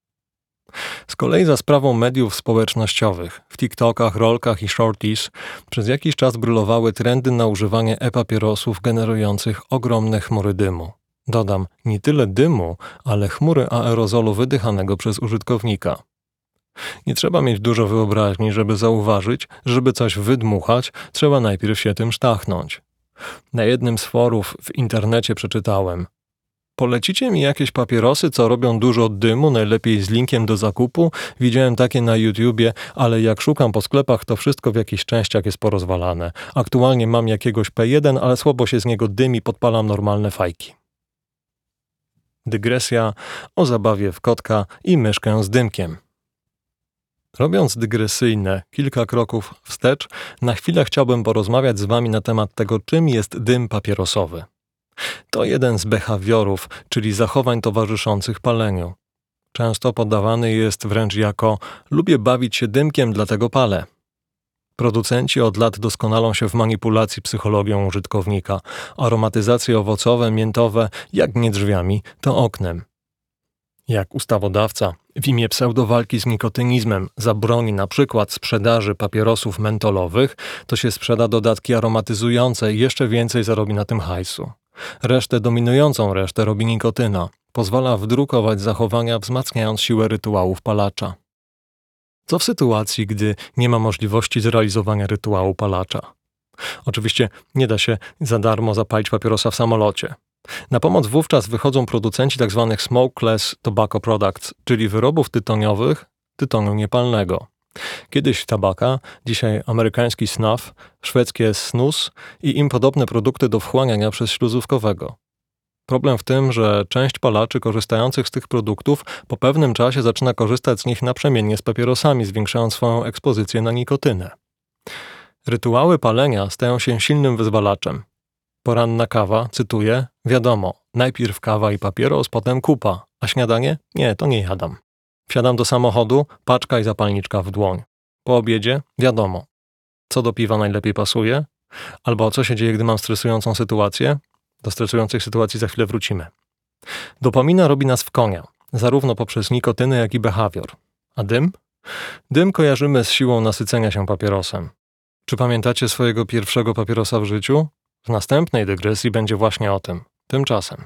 Z kolei za sprawą mediów społecznościowych, w TikTokach, rolkach i shorties przez jakiś czas brylowały trendy na używanie e-papierosów generujących ogromne chmury dymu. Dodam, nie tyle dymu, ale chmury aerozolu wydychanego przez użytkownika. Nie trzeba mieć dużo wyobraźni, żeby zauważyć, że żeby coś wydmuchać, trzeba najpierw się tym sztachnąć. Na jednym z forów w internecie przeczytałem: Polecicie mi jakieś papierosy, co robią dużo dymu, najlepiej z linkiem do zakupu? Widziałem takie na YouTubie, ale jak szukam po sklepach, to wszystko w jakichś częściach jest porozwalane. Aktualnie mam jakiegoś P jeden, ale słabo się z niego dymi, podpalam normalne fajki. Dygresja o zabawie w kotka i myszkę z dymkiem. Robiąc dygresyjne kilka kroków wstecz, na chwilę chciałbym porozmawiać z wami na temat tego, czym jest dym papierosowy. To jeden z behawiorów, czyli zachowań towarzyszących paleniu. Często podawany jest wręcz jako lubię bawić się dymkiem, dlatego palę. Producenci od lat doskonalą się w manipulacji psychologią użytkownika. Aromatyzacje owocowe, miętowe, jak nie drzwiami, to oknem. Jak ustawodawca w imię pseudowalki z nikotynizmem zabroni na przykład sprzedaży papierosów mentolowych, to się sprzeda dodatki aromatyzujące i jeszcze więcej zarobi na tym hajsu. Resztę dominującą resztę robi nikotyna. Pozwala wdrukować zachowania, wzmacniając siłę rytuałów palacza. Co w sytuacji, gdy nie ma możliwości zrealizowania rytuału palacza? Oczywiście nie da się za darmo zapalić papierosa w samolocie. Na pomoc wówczas wychodzą producenci tzw. smokeless tobacco products, czyli wyrobów tytoniowych tytoniu niepalnego. Kiedyś tabaka, dzisiaj amerykański snuff, szwedzkie snus i im podobne produkty do wchłaniania przez śluzówkowego. Problem w tym, że część palaczy korzystających z tych produktów po pewnym czasie zaczyna korzystać z nich naprzemiennie z papierosami, zwiększając swoją ekspozycję na nikotynę. Rytuały palenia stają się silnym wyzwalaczem. Poranna kawa, cytuję, wiadomo, najpierw kawa i papieros, potem kupa, a śniadanie? Nie, to nie jadam. Wsiadam do samochodu, paczka i zapalniczka w dłoń. Po obiedzie? Wiadomo. Co do piwa najlepiej pasuje? Albo co się dzieje, gdy mam stresującą sytuację? Do stresujących sytuacji za chwilę wrócimy. Dopamina robi nas w konia, zarówno poprzez nikotynę, jak i behawior. A dym? Dym kojarzymy z siłą nasycenia się papierosem. Czy pamiętacie swojego pierwszego papierosa w życiu? W następnej dygresji będzie właśnie o tym. Tymczasem.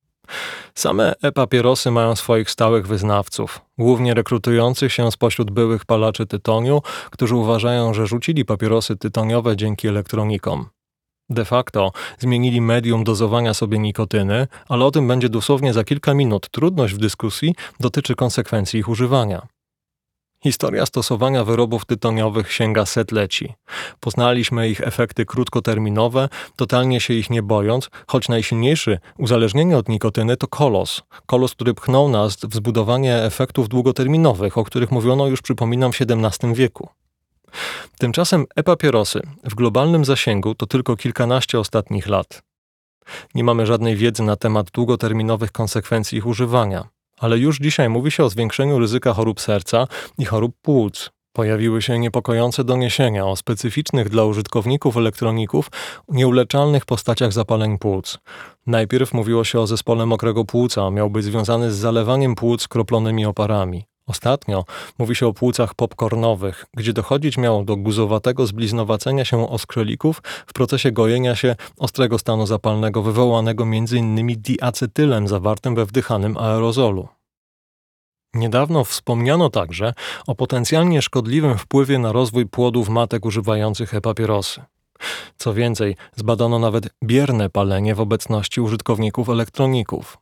Same e-papierosy mają swoich stałych wyznawców, głównie rekrutujących się spośród byłych palaczy tytoniu, którzy uważają, że rzucili papierosy tytoniowe dzięki elektronikom. De facto zmienili medium dozowania sobie nikotyny, ale o tym będzie dosłownie za kilka minut. Trudność w dyskusji dotyczy konsekwencji ich używania. Historia stosowania wyrobów tytoniowych sięga setleci. Poznaliśmy ich efekty krótkoterminowe, totalnie się ich nie bojąc, choć najsilniejszy, uzależnienie od nikotyny, to kolos. Kolos, który pchnął nas w zbudowanie efektów długoterminowych, o których mówiono już, przypominam, w siedemnastym wieku. Tymczasem e-papierosy w globalnym zasięgu to tylko kilkanaście ostatnich lat. Nie mamy żadnej wiedzy na temat długoterminowych konsekwencji ich używania. Ale już dzisiaj mówi się o zwiększeniu ryzyka chorób serca i chorób płuc. Pojawiły się niepokojące doniesienia o specyficznych dla użytkowników elektroników nieuleczalnych postaciach zapaleń płuc. Najpierw mówiło się o zespole mokrego płuca, miał być związany z zalewaniem płuc kroplonymi oparami. Ostatnio mówi się o płucach popcornowych, gdzie dochodzić miało do guzowatego zbliznowacenia się oskrzelików w procesie gojenia się ostrego stanu zapalnego wywołanego między innymi diacetylem zawartym we wdychanym aerozolu. Niedawno wspomniano także o potencjalnie szkodliwym wpływie na rozwój płodów matek używających e-papierosy. Co więcej, zbadano nawet bierne palenie w obecności użytkowników elektroników.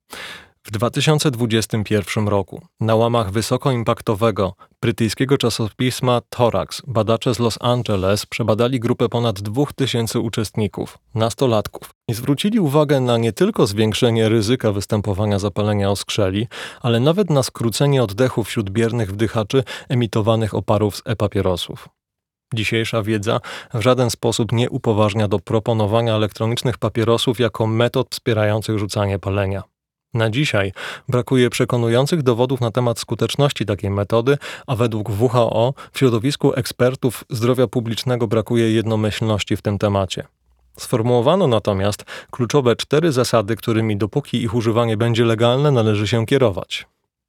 W dwa tysiące dwudziestym pierwszym roku na łamach wysokoimpaktowego brytyjskiego czasopisma Thorax badacze z Los Angeles przebadali grupę ponad dwóch tysięcy uczestników, nastolatków, i zwrócili uwagę na nie tylko zwiększenie ryzyka występowania zapalenia oskrzeli, ale nawet na skrócenie oddechu wśród biernych wdychaczy emitowanych oparów z e-papierosów. Dzisiejsza wiedza w żaden sposób nie upoważnia do proponowania elektronicznych papierosów jako metod wspierających rzucanie palenia. Na dzisiaj brakuje przekonujących dowodów na temat skuteczności takiej metody, a według W H O w środowisku ekspertów zdrowia publicznego brakuje jednomyślności w tym temacie. Sformułowano natomiast kluczowe cztery zasady, którymi dopóki ich używanie będzie legalne, należy się kierować.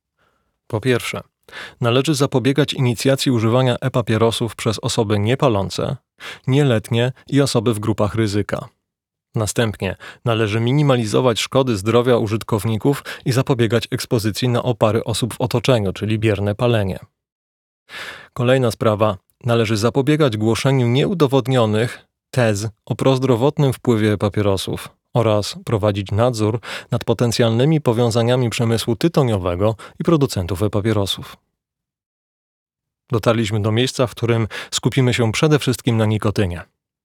Po pierwsze, należy zapobiegać inicjacji używania e-papierosów przez osoby niepalące, nieletnie i osoby w grupach ryzyka. Następnie należy minimalizować szkody zdrowia użytkowników i zapobiegać ekspozycji na opary osób w otoczeniu, czyli bierne palenie. Kolejna sprawa. Należy zapobiegać głoszeniu nieudowodnionych tez o prozdrowotnym wpływie papierosów. oraz prowadzić nadzór nad potencjalnymi powiązaniami przemysłu tytoniowego i producentów e-papierosów. Dotarliśmy do miejsca, w którym skupimy się przede wszystkim na nikotynie.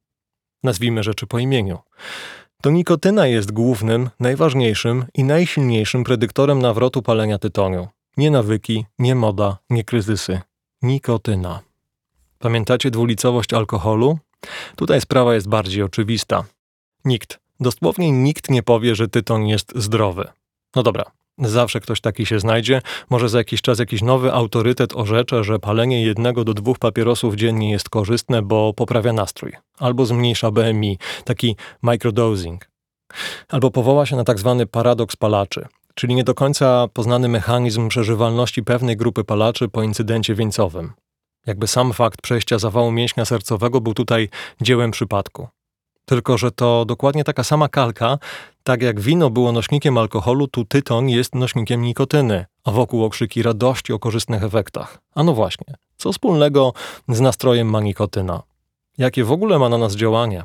Nazwijmy rzeczy po imieniu. To nikotyna jest głównym, najważniejszym i najsilniejszym predyktorem nawrotu palenia tytoniu. Nie nawyki, nie moda, nie kryzysy. Nikotyna. Pamiętacie dwulicowość alkoholu? Tutaj sprawa jest bardziej oczywista. Nikt, dosłownie nikt nie powie, że tytoń jest zdrowy. No dobra, zawsze ktoś taki się znajdzie. Może za jakiś czas jakiś nowy autorytet orzecze, że palenie jednego do dwóch papierosów dziennie jest korzystne, bo poprawia nastrój. Albo zmniejsza B M I, taki microdosing. Albo powoła się na tak zwany paradoks palaczy, czyli nie do końca poznany mechanizm przeżywalności pewnej grupy palaczy po incydencie wieńcowym. Jakby sam fakt przejścia zawału mięśnia sercowego był tutaj dziełem przypadku. Tylko że to dokładnie taka sama kalka, tak jak wino było nośnikiem alkoholu, tu tytoń jest nośnikiem nikotyny, a wokół okrzyki radości o korzystnych efektach. A no właśnie, co wspólnego z nastrojem ma nikotyna? Jakie w ogóle ma na nas działanie?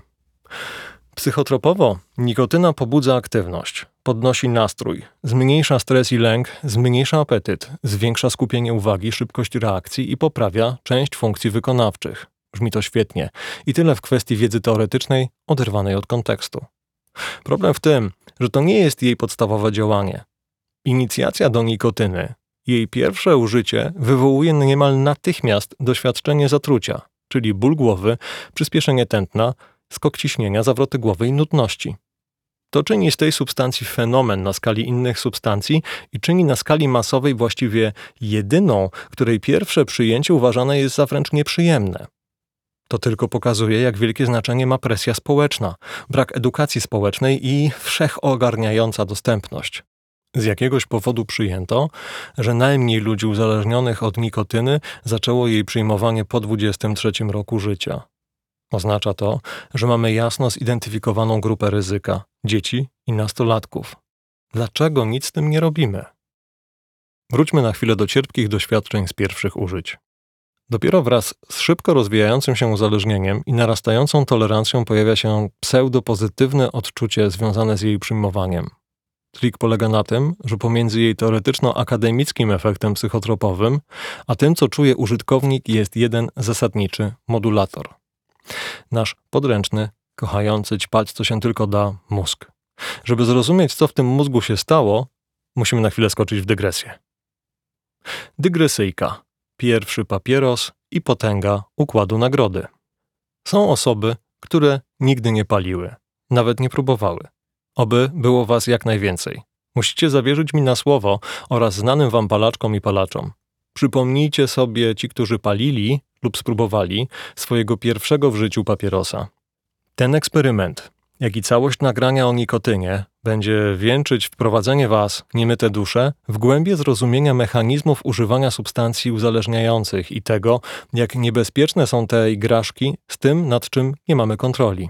Psychotropowo nikotyna pobudza aktywność, podnosi nastrój, zmniejsza stres i lęk, zmniejsza apetyt, zwiększa skupienie uwagi, szybkość reakcji i poprawia część funkcji wykonawczych. Brzmi to świetnie. I tyle w kwestii wiedzy teoretycznej oderwanej od kontekstu. Problem w tym, że to nie jest jej podstawowe działanie. Inicjacja do nikotyny, jej pierwsze użycie wywołuje niemal natychmiast doświadczenie zatrucia, czyli ból głowy, przyspieszenie tętna, skok ciśnienia, zawroty głowy i nudności. To czyni z tej substancji fenomen na skali innych substancji i czyni na skali masowej właściwie jedyną, której pierwsze przyjęcie uważane jest za wręcz nieprzyjemne. To tylko pokazuje, jak wielkie znaczenie ma presja społeczna, brak edukacji społecznej i wszechogarniająca dostępność. Z jakiegoś powodu przyjęto, że najmniej ludzi uzależnionych od nikotyny zaczęło jej przyjmowanie po dwudziestym trzecim roku życia. Oznacza to, że mamy jasno zidentyfikowaną grupę ryzyka – dzieci i nastolatków. Dlaczego nic z tym nie robimy? Wróćmy na chwilę do cierpkich doświadczeń z pierwszych użyć. Dopiero wraz z szybko rozwijającym się uzależnieniem i narastającą tolerancją pojawia się pseudopozytywne odczucie związane z jej przyjmowaniem. Trik polega na tym, że pomiędzy jej teoretyczno-akademickim efektem psychotropowym, a tym, co czuje użytkownik, jest jeden zasadniczy modulator. Nasz podręczny, kochający ćpać co się tylko da mózg. Żeby zrozumieć, co w tym mózgu się stało, musimy na chwilę skoczyć w dygresję. Dygresyjka. Pierwszy papieros i potęga układu nagrody. Są osoby, które nigdy nie paliły, nawet nie próbowały. Oby było was jak najwięcej. Musicie zawierzyć mi na słowo oraz znanym wam palaczkom i palaczom. Przypomnijcie sobie ci, którzy palili lub spróbowali swojego pierwszego w życiu papierosa. Ten eksperyment, jak i całość nagrania o nikotynie, będzie wieńczyć wprowadzenie was, niemyte dusze, w głębie zrozumienia mechanizmów używania substancji uzależniających i tego, jak niebezpieczne są te igraszki z tym, nad czym nie mamy kontroli.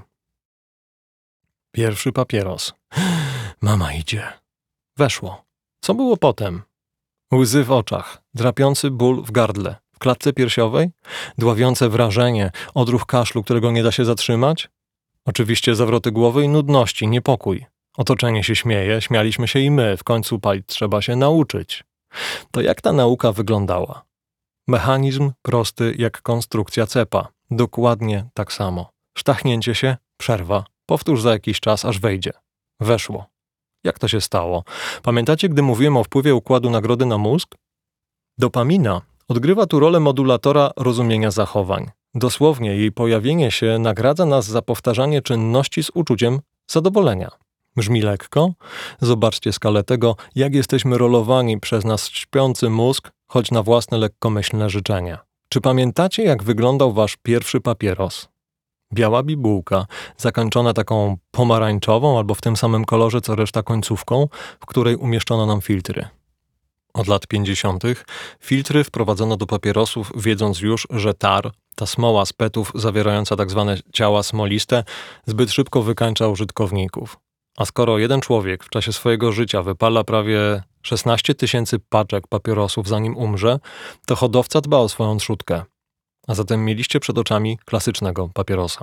Pierwszy papieros. Mama idzie. Weszło. Co było potem? Łzy w oczach, drapiący ból w gardle, w klatce piersiowej, dławiące wrażenie, odruch kaszlu, którego nie da się zatrzymać? Oczywiście zawroty głowy i nudności, niepokój. Otoczenie się śmieje, śmialiśmy się i my, w końcu palić trzeba się nauczyć. To jak ta nauka wyglądała? Mechanizm prosty jak konstrukcja cepa. Dokładnie tak samo. Sztachnięcie się, przerwa, powtórz za jakiś czas, aż wejdzie. Weszło. Jak to się stało? Pamiętacie, gdy mówiłem o wpływie układu nagrody na mózg? Dopamina odgrywa tu rolę modulatora rozumienia zachowań. Dosłownie jej pojawienie się nagradza nas za powtarzanie czynności z uczuciem zadowolenia. Brzmi lekko? Zobaczcie skalę tego, jak jesteśmy rolowani przez nas śpiący mózg, choć na własne lekkomyślne życzenia. Czy pamiętacie, jak wyglądał wasz pierwszy papieros? Biała bibułka, zakończona taką pomarańczową albo w tym samym kolorze co reszta końcówką, w której umieszczono nam filtry. Od lat pięćdziesiątych filtry wprowadzono do papierosów, wiedząc już, że tar, ta smoła z petów zawierająca tak zwane ciała smoliste, zbyt szybko wykańcza użytkowników. A skoro jeden człowiek w czasie swojego życia wypala prawie szesnaście tysięcy paczek papierosów zanim umrze, to hodowca dba o swoją trzódkę. A zatem mieliście przed oczami klasycznego papierosa.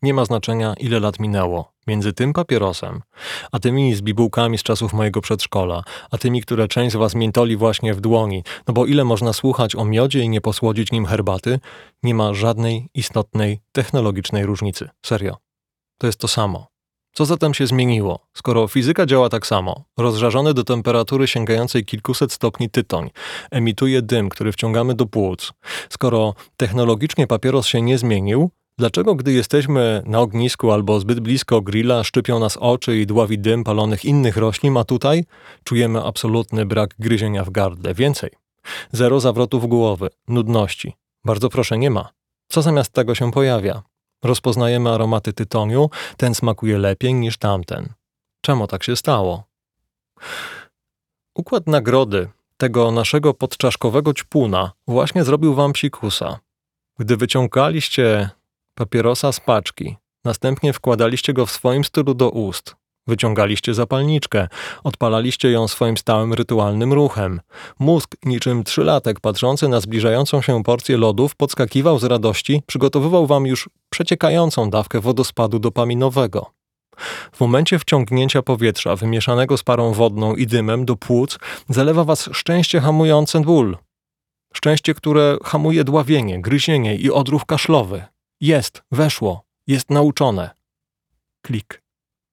Nie ma znaczenia, ile lat minęło między tym papierosem, a tymi z bibułkami z czasów mojego przedszkola, a tymi, które część z was miętoli właśnie w dłoni, no bo ile można słuchać o miodzie i nie posłodzić nim herbaty, nie ma żadnej istotnej technologicznej różnicy. Serio. To jest to samo. Co zatem się zmieniło, skoro fizyka działa tak samo? Rozżarzony do temperatury sięgającej kilkuset stopni tytoń emituje dym, który wciągamy do płuc. Skoro technologicznie papieros się nie zmienił, dlaczego gdy jesteśmy na ognisku albo zbyt blisko grilla, szczypią nas oczy i dławi dym palonych innych roślin, a tutaj czujemy absolutny brak gryzienia w gardle? Więcej. Zero zawrotów głowy, nudności. Bardzo proszę, nie ma. Co zamiast tego się pojawia? Rozpoznajemy aromaty tytoniu, ten smakuje lepiej niż tamten. Czemu tak się stało? Układ nagrody tego naszego podczaszkowego ćpuna właśnie zrobił wam psikusa. Gdy wyciągaliście papierosa z paczki, następnie wkładaliście go w swoim stylu do ust, wyciągaliście zapalniczkę, odpalaliście ją swoim stałym rytualnym ruchem. Mózg, niczym trzylatek patrzący na zbliżającą się porcję lodów, podskakiwał z radości, przygotowywał wam już przeciekającą dawkę wodospadu dopaminowego. W momencie wciągnięcia powietrza wymieszanego z parą wodną i dymem do płuc zalewa was szczęście hamujące ból. Szczęście, które hamuje dławienie, gryzienie i odruch kaszlowy. Jest, weszło, jest nauczone. Klik.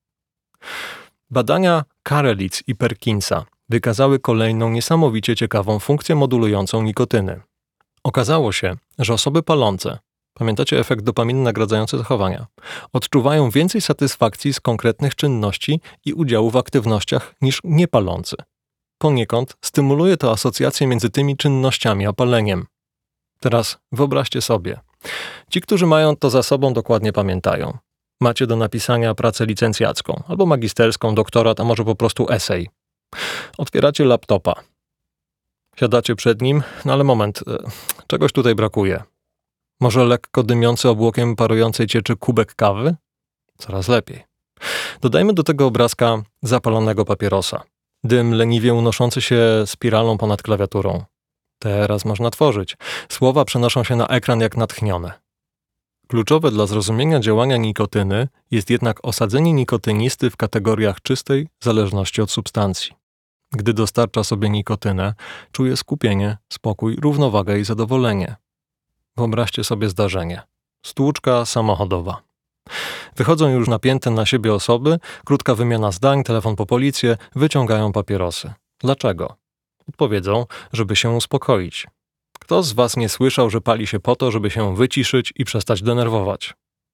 Badania Karelitz i Perkinsa wykazały kolejną niesamowicie ciekawą funkcję modulującą nikotyny. Okazało się, że osoby palące, pamiętacie efekt dopaminy nagradzający zachowania, odczuwają więcej satysfakcji z konkretnych czynności i udziału w aktywnościach niż niepalący. Poniekąd stymuluje to asocjację między tymi czynnościami a paleniem. Teraz wyobraźcie sobie. Ci, którzy mają to za sobą, dokładnie pamiętają. Macie do napisania pracę licencjacką, albo magisterską, doktorat, a może po prostu esej. Otwieracie laptopa. Siadacie przed nim, no ale moment, czegoś tutaj brakuje. Może lekko dymiący obłokiem parującej cieczy kubek kawy? Coraz lepiej. Dodajmy do tego obrazka zapalonego papierosa. Dym leniwie unoszący się spiralą ponad klawiaturą. Teraz można tworzyć. Słowa przenoszą się na ekran jak natchnione. Kluczowe dla zrozumienia działania nikotyny jest jednak osadzenie nikotynisty w kategoriach czystej zależności od substancji. Gdy dostarcza sobie nikotynę, czuje skupienie, spokój, równowagę i zadowolenie. Wyobraźcie sobie zdarzenie. Stłuczka samochodowa. Wychodzą już napięte na siebie osoby, krótka wymiana zdań, telefon po policję, wyciągają papierosy. Dlaczego? Odpowiedzą, żeby się uspokoić. Kto z was nie słyszał, że pali się po to, żeby się wyciszyć i przestać denerwować?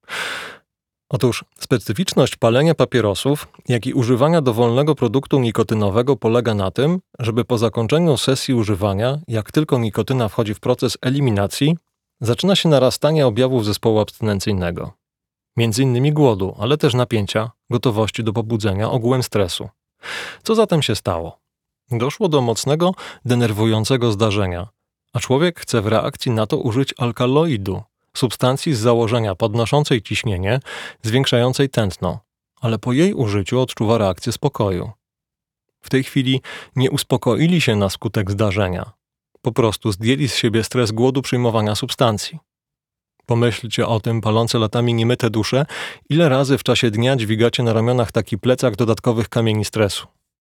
Otóż specyficzność palenia papierosów, jak i używania dowolnego produktu nikotynowego polega na tym, żeby po zakończeniu sesji używania, jak tylko nikotyna wchodzi w proces eliminacji, zaczyna się narastanie objawów zespołu abstynencyjnego. Między innymi głodu, ale też napięcia, gotowości do pobudzenia, ogółem stresu. Co zatem się stało? Doszło do mocnego, denerwującego zdarzenia, a człowiek chce w reakcji na to użyć alkaloidu, substancji z założenia podnoszącej ciśnienie, zwiększającej tętno, ale po jej użyciu odczuwa reakcję spokoju. W tej chwili nie uspokoili się na skutek zdarzenia. Po prostu zdjęli z siebie stres głodu przyjmowania substancji. Pomyślcie o tym, palące latami niemyte dusze, ile razy w czasie dnia dźwigacie na ramionach taki plecak dodatkowych kamieni stresu.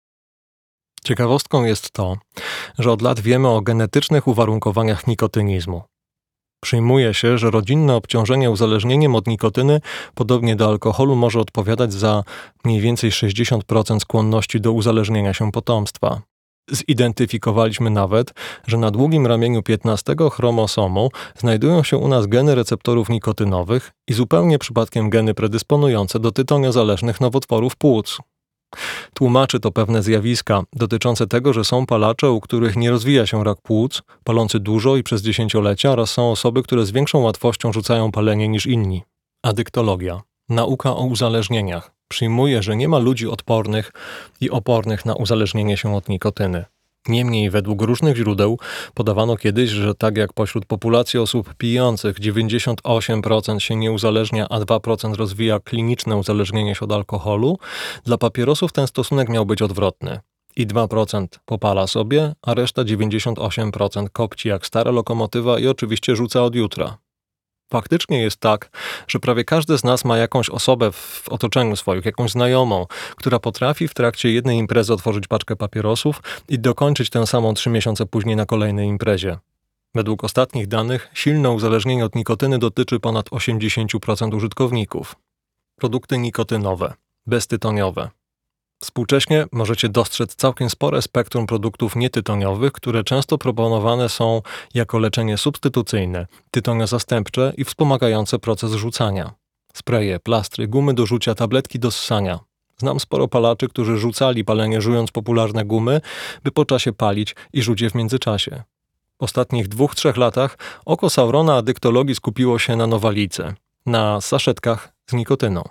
Ciekawostką jest to, że od lat wiemy o genetycznych uwarunkowaniach nikotynizmu. Przyjmuje się, że rodzinne obciążenie uzależnieniem od nikotyny, podobnie do alkoholu, może odpowiadać za mniej więcej sześćdziesiąt procent skłonności do uzależnienia się potomstwa. Zidentyfikowaliśmy nawet, że na długim ramieniu piętnastego chromosomu znajdują się u nas geny receptorów nikotynowych i zupełnie przypadkiem geny predysponujące do tytoniozależnych nowotworów płuc. Tłumaczy to pewne zjawiska dotyczące tego, że są palacze, u których nie rozwija się rak płuc, palący dużo i przez dziesięciolecia, oraz są osoby, które z większą łatwością rzucają palenie niż inni. Adyktologia, nauka o uzależnieniach, przyjmuje, że nie ma ludzi odpornych i opornych na uzależnienie się od nikotyny. Niemniej według różnych źródeł podawano kiedyś, że tak jak pośród populacji osób pijących dziewięćdziesiąt osiem procent się nie uzależnia, a dwa procent rozwija kliniczne uzależnienie się od alkoholu, dla papierosów ten stosunek miał być odwrotny. I dwa procent popala sobie, a reszta dziewięćdziesiąt osiem procent kopci jak stara lokomotywa i oczywiście rzuca od jutra. Faktycznie jest tak, że prawie każdy z nas ma jakąś osobę w otoczeniu swoim, jakąś znajomą, która potrafi w trakcie jednej imprezy otworzyć paczkę papierosów i dokończyć tę samą trzy miesiące później na kolejnej imprezie. Według ostatnich danych silne uzależnienie od nikotyny dotyczy ponad osiemdziesiąt procent użytkowników. Produkty nikotynowe, beztytoniowe. Współcześnie możecie dostrzec całkiem spore spektrum produktów nietytoniowych, które często proponowane są jako leczenie substytucyjne, tytoniozastępcze i wspomagające proces rzucania. Spreje, plastry, gumy do rzucia, tabletki do ssania. Znam sporo palaczy, którzy rzucali palenie żując popularne gumy, by po czasie palić i rzuć je w międzyczasie. W ostatnich dwóch, trzech latach oko Saurona adyktologii skupiło się na nowalice, na saszetkach z nikotyną.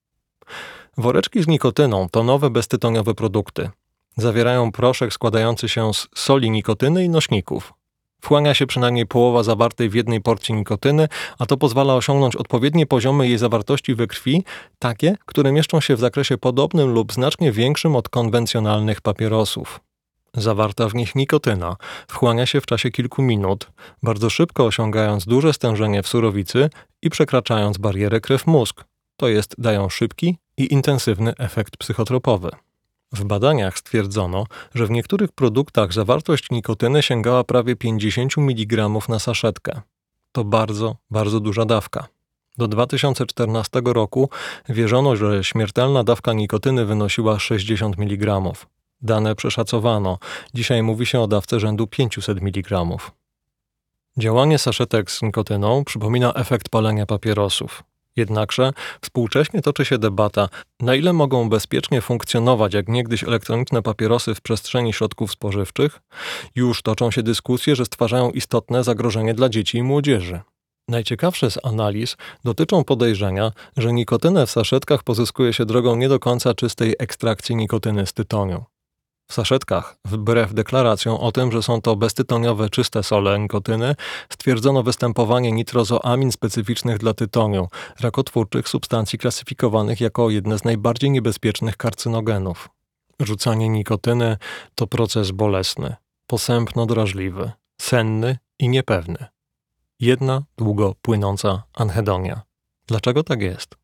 Woreczki z nikotyną to nowe beztytoniowe produkty. Zawierają proszek składający się z soli nikotyny i nośników. Wchłania się przynajmniej połowa zawartej w jednej porcji nikotyny, a to pozwala osiągnąć odpowiednie poziomy jej zawartości we krwi, takie, które mieszczą się w zakresie podobnym lub znacznie większym od konwencjonalnych papierosów. Zawarta w nich nikotyna wchłania się w czasie kilku minut, bardzo szybko osiągając duże stężenie w surowicy i przekraczając barierę krew-mózg, to jest dają szybki i intensywny efekt psychotropowy. W badaniach stwierdzono, że w niektórych produktach zawartość nikotyny sięgała prawie pięćdziesiąt miligramów na saszetkę. To bardzo, bardzo duża dawka. Do dwa tysiące czternastego roku wierzono, że śmiertelna dawka nikotyny wynosiła sześćdziesiąt miligramów. Dane przeszacowano. Dzisiaj mówi się o dawce rzędu pięćset miligramów. Działanie saszetek z nikotyną przypomina efekt palenia papierosów. Jednakże współcześnie toczy się debata, na ile mogą bezpiecznie funkcjonować jak niegdyś elektroniczne papierosy w przestrzeni środków spożywczych. Już toczą się dyskusje, że stwarzają istotne zagrożenie dla dzieci i młodzieży. Najciekawsze z analiz dotyczą podejrzenia, że nikotynę w saszetkach pozyskuje się drogą nie do końca czystej ekstrakcji nikotyny z tytoniu. W saszetkach, wbrew deklaracjom o tym, że są to beztytoniowe czyste sole nikotyny, stwierdzono występowanie nitrozoamin specyficznych dla tytoniu, rakotwórczych substancji klasyfikowanych jako jedne z najbardziej niebezpiecznych karcynogenów. Rzucanie nikotyny to proces bolesny, posępno-drażliwy, senny i niepewny. Jedna długo płynąca anhedonia. Dlaczego tak jest?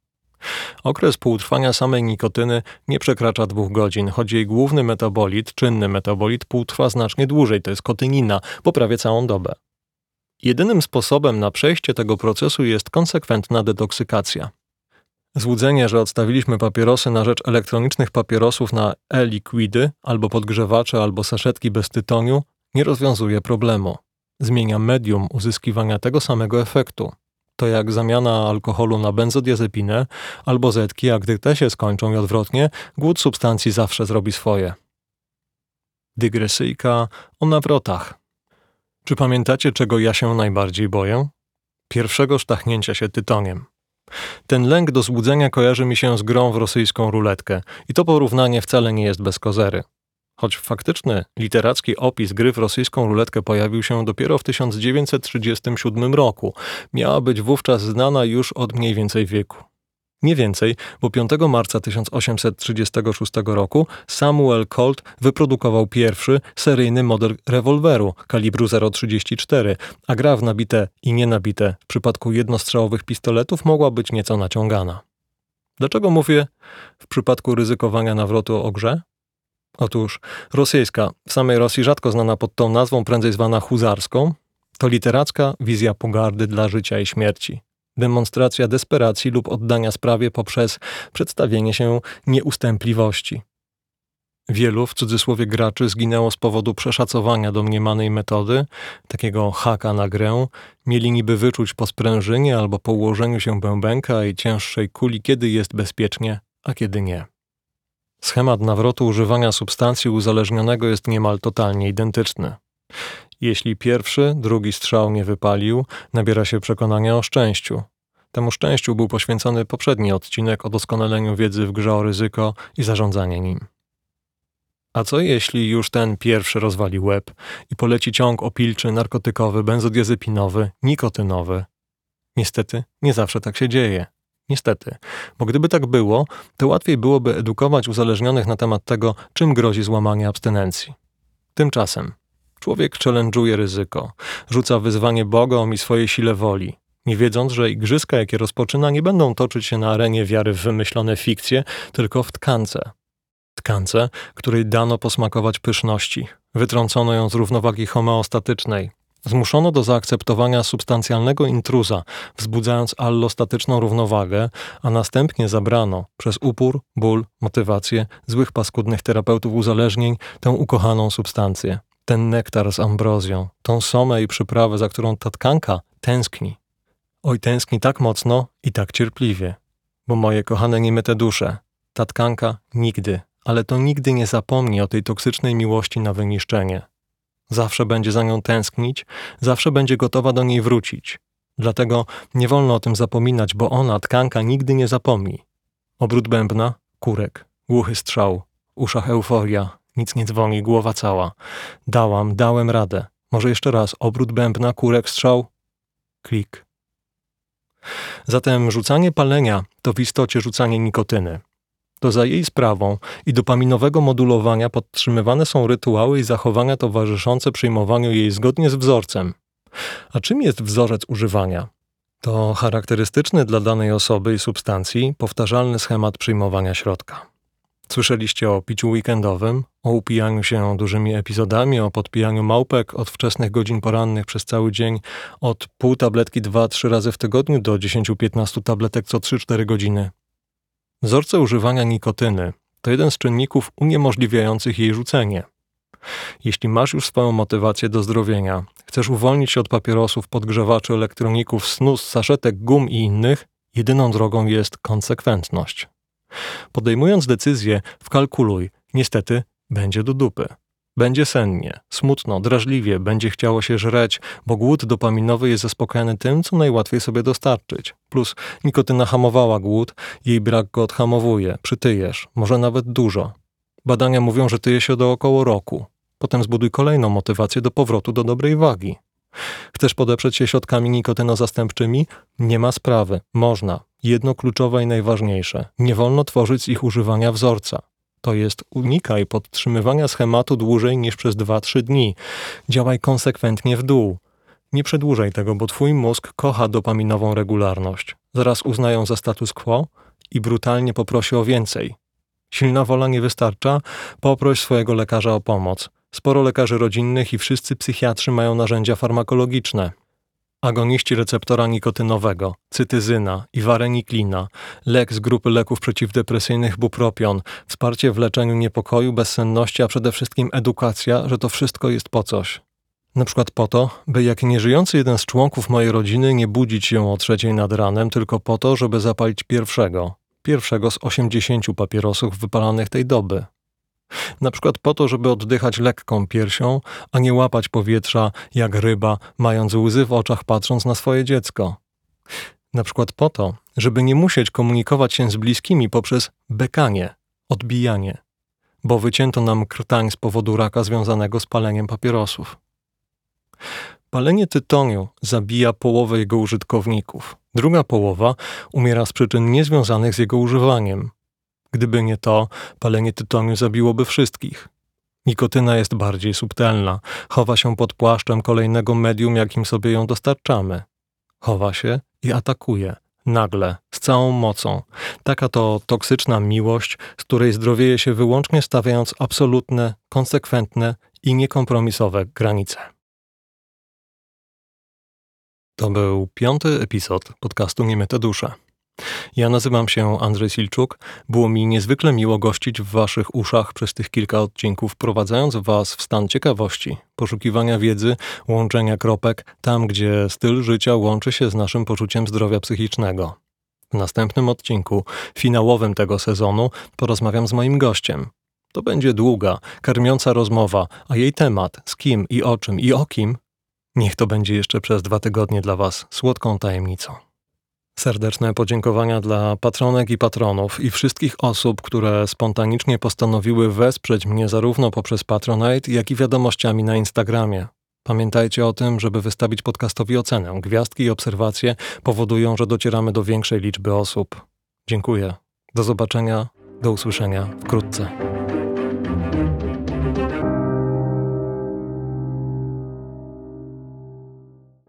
Okres półtrwania samej nikotyny nie przekracza dwóch godzin, choć jej główny metabolit, czynny metabolit, półtrwa znacznie dłużej, to jest kotynina, po prawie całą dobę. Jedynym sposobem na przejście tego procesu jest konsekwentna detoksykacja. Złudzenie, że odstawiliśmy papierosy na rzecz elektronicznych papierosów na e-likwidy, albo podgrzewacze, albo saszetki bez tytoniu, nie rozwiązuje problemu. Zmienia medium uzyskiwania tego samego efektu. To jak zamiana alkoholu na benzodiazepinę albo zetki, a gdy te się skończą i odwrotnie, głód substancji zawsze zrobi swoje. Dygresyjka o nawrotach. Czy pamiętacie, czego ja się najbardziej boję? Pierwszego sztachnięcia się tytoniem. Ten lęk do złudzenia kojarzy mi się z grą w rosyjską ruletkę i to porównanie wcale nie jest bez kozery. Choć faktyczny, literacki opis gry w rosyjską ruletkę pojawił się dopiero w tysiąc dziewięćset trzydziestym siódmym roku, miała być wówczas znana już od mniej więcej wieku. Nie więcej, bo piątego marca tysiąc osiemset trzydziestego szóstego roku Samuel Colt wyprodukował pierwszy seryjny model rewolweru kalibru zero przecinek trzydzieści cztery, a gra w nabite i nienabite w przypadku jednostrzałowych pistoletów mogła być nieco naciągana. Dlaczego mówię w przypadku ryzykowania nawrotu o grze? Otóż rosyjska, w samej Rosji rzadko znana pod tą nazwą, prędzej zwana huzarską, to literacka wizja pogardy dla życia i śmierci. Demonstracja desperacji lub oddania sprawie poprzez przedstawienie się nieustępliwości. Wielu, w cudzysłowie graczy, zginęło z powodu przeszacowania domniemanej metody, takiego haka na grę, mieli niby wyczuć po sprężynie albo po ułożeniu się bębenka i cięższej kuli, kiedy jest bezpiecznie, a kiedy nie. Schemat nawrotu używania substancji uzależnionego jest niemal totalnie identyczny. Jeśli pierwszy, drugi strzał nie wypalił, nabiera się przekonania o szczęściu. Temu szczęściu był poświęcony poprzedni odcinek o doskonaleniu wiedzy w grze o ryzyko i zarządzanie nim. A co jeśli już ten pierwszy rozwali łeb i poleci ciąg opilczy, narkotykowy, benzodiazepinowy, nikotynowy? Niestety, nie zawsze tak się dzieje. Niestety, bo gdyby tak było, to łatwiej byłoby edukować uzależnionych na temat tego, czym grozi złamanie abstynencji. Tymczasem człowiek challenge'uje ryzyko, rzuca wyzwanie Bogom i swojej sile woli. nie wiedząc, że igrzyska, jakie rozpoczyna, nie będą toczyć się na arenie wiary w wymyślone fikcje, tylko w tkance. Tkance, której dano posmakować pyszności, wytrącono ją z równowagi homeostatycznej, zmuszono do zaakceptowania substancjalnego intruza, wzbudzając allostatyczną równowagę, a następnie zabrano przez upór, ból, motywację złych paskudnych terapeutów uzależnień tę ukochaną substancję, ten nektar z ambrozją, tą somę i przyprawę, za którą ta tkanka tęskni. Oj, tęskni tak mocno i tak cierpliwie, bo moje kochane niemyte dusze, ta tkanka nigdy, ale to nigdy nie zapomni o tej toksycznej miłości na wyniszczenie. Zawsze będzie za nią tęsknić, zawsze będzie gotowa do niej wrócić. Dlatego nie wolno o tym zapominać, bo ona, tkanka, nigdy nie zapomni. Obrót bębna, kurek, głuchy strzał, w uszach euforia, nic nie dzwoni, głowa cała. Dałam, dałem radę. Może jeszcze raz, obrót bębna, kurek, strzał, klik. Zatem rzucanie palenia to w istocie rzucanie nikotyny. To za jej sprawą i dopaminowego modulowania podtrzymywane są rytuały i zachowania towarzyszące przyjmowaniu jej zgodnie z wzorcem. A czym jest wzorzec używania? To charakterystyczny dla danej osoby i substancji powtarzalny schemat przyjmowania środka. Słyszeliście o piciu weekendowym, o upijaniu się dużymi epizodami, o podpijaniu małpek od wczesnych godzin porannych przez cały dzień, od pół tabletki dwa trzy razy w tygodniu do dziesięć do piętnastu tabletek co trzy cztery godziny. Wzorce używania nikotyny to jeden z czynników uniemożliwiających jej rzucenie. Jeśli masz już swoją motywację do zdrowienia, chcesz uwolnić się od papierosów, podgrzewaczy, elektroników, snus, saszetek, gum i innych, jedyną drogą jest konsekwentność. Podejmując decyzję, wkalkuluj, niestety będzie do dupy. Będzie sennie, smutno, drażliwie, będzie chciało się żreć, bo głód dopaminowy jest zaspokajany tym, co najłatwiej sobie dostarczyć. Plus nikotyna hamowała głód, jej brak go odhamowuje, przytyjesz, może nawet dużo. Badania mówią, że tyje się do około roku. Potem zbuduj kolejną motywację do powrotu do dobrej wagi. Chcesz podeprzeć się środkami nikotynozastępczymi? Nie ma sprawy, można. Jedno kluczowe i najważniejsze. Nie wolno tworzyć z ich używania wzorca. To jest unikaj podtrzymywania schematu dłużej niż przez dwa trzy dni. Działaj konsekwentnie w dół. Nie przedłużaj tego, bo twój mózg kocha dopaminową regularność. Zaraz uznają za status quo i brutalnie poprosi o więcej. Silna wola nie wystarcza? Poproś swojego lekarza o pomoc. Sporo lekarzy rodzinnych i wszyscy psychiatrzy mają narzędzia farmakologiczne. Agoniści receptora nikotynowego, cytyzyna i wareniklina, lek z grupy leków przeciwdepresyjnych bupropion, wsparcie w leczeniu niepokoju, bezsenności, a przede wszystkim edukacja, że to wszystko jest po coś. Na przykład po to, by jak nieżyjący jeden z członków mojej rodziny nie budzić się o trzeciej nad ranem, tylko po to, żeby zapalić pierwszego, pierwszego z osiemdziesięciu papierosów wypalanych tej doby. Na przykład po to, żeby oddychać lekką piersią, a nie łapać powietrza jak ryba, mając łzy w oczach patrząc na swoje dziecko. Na przykład po to, żeby nie musieć komunikować się z bliskimi poprzez bekanie, odbijanie, bo wycięto nam krtań z powodu raka związanego z paleniem papierosów. Palenie tytoniu zabija połowę jego użytkowników. Druga połowa umiera z przyczyn niezwiązanych z jego używaniem. Gdyby nie to, palenie tytoniu zabiłoby wszystkich. Nikotyna jest bardziej subtelna. Chowa się pod płaszczem kolejnego medium, jakim sobie ją dostarczamy. Chowa się i atakuje. Nagle, z całą mocą. Taka to toksyczna miłość, z której zdrowieje się wyłącznie stawiając absolutne, konsekwentne i niekompromisowe granice. To był piąty epizod podcastu Niemyte dusze. Ja nazywam się Andrzej Silczuk. Było mi niezwykle miło gościć w waszych uszach przez tych kilka odcinków, wprowadzając was w stan ciekawości, poszukiwania wiedzy, łączenia kropek, tam gdzie styl życia łączy się z naszym poczuciem zdrowia psychicznego. W następnym odcinku, finałowym tego sezonu, porozmawiam z moim gościem. To będzie długa, karmiąca rozmowa, a jej temat, z kim i o czym i o kim, niech to będzie jeszcze przez dwa tygodnie dla was słodką tajemnicą. Serdeczne podziękowania dla patronek i patronów i wszystkich osób, które spontanicznie postanowiły wesprzeć mnie zarówno poprzez Patronite, jak i wiadomościami na Instagramie. Pamiętajcie o tym, żeby wystawić podcastowi ocenę. Gwiazdki i obserwacje powodują, że docieramy do większej liczby osób. Dziękuję. Do zobaczenia, do usłyszenia wkrótce.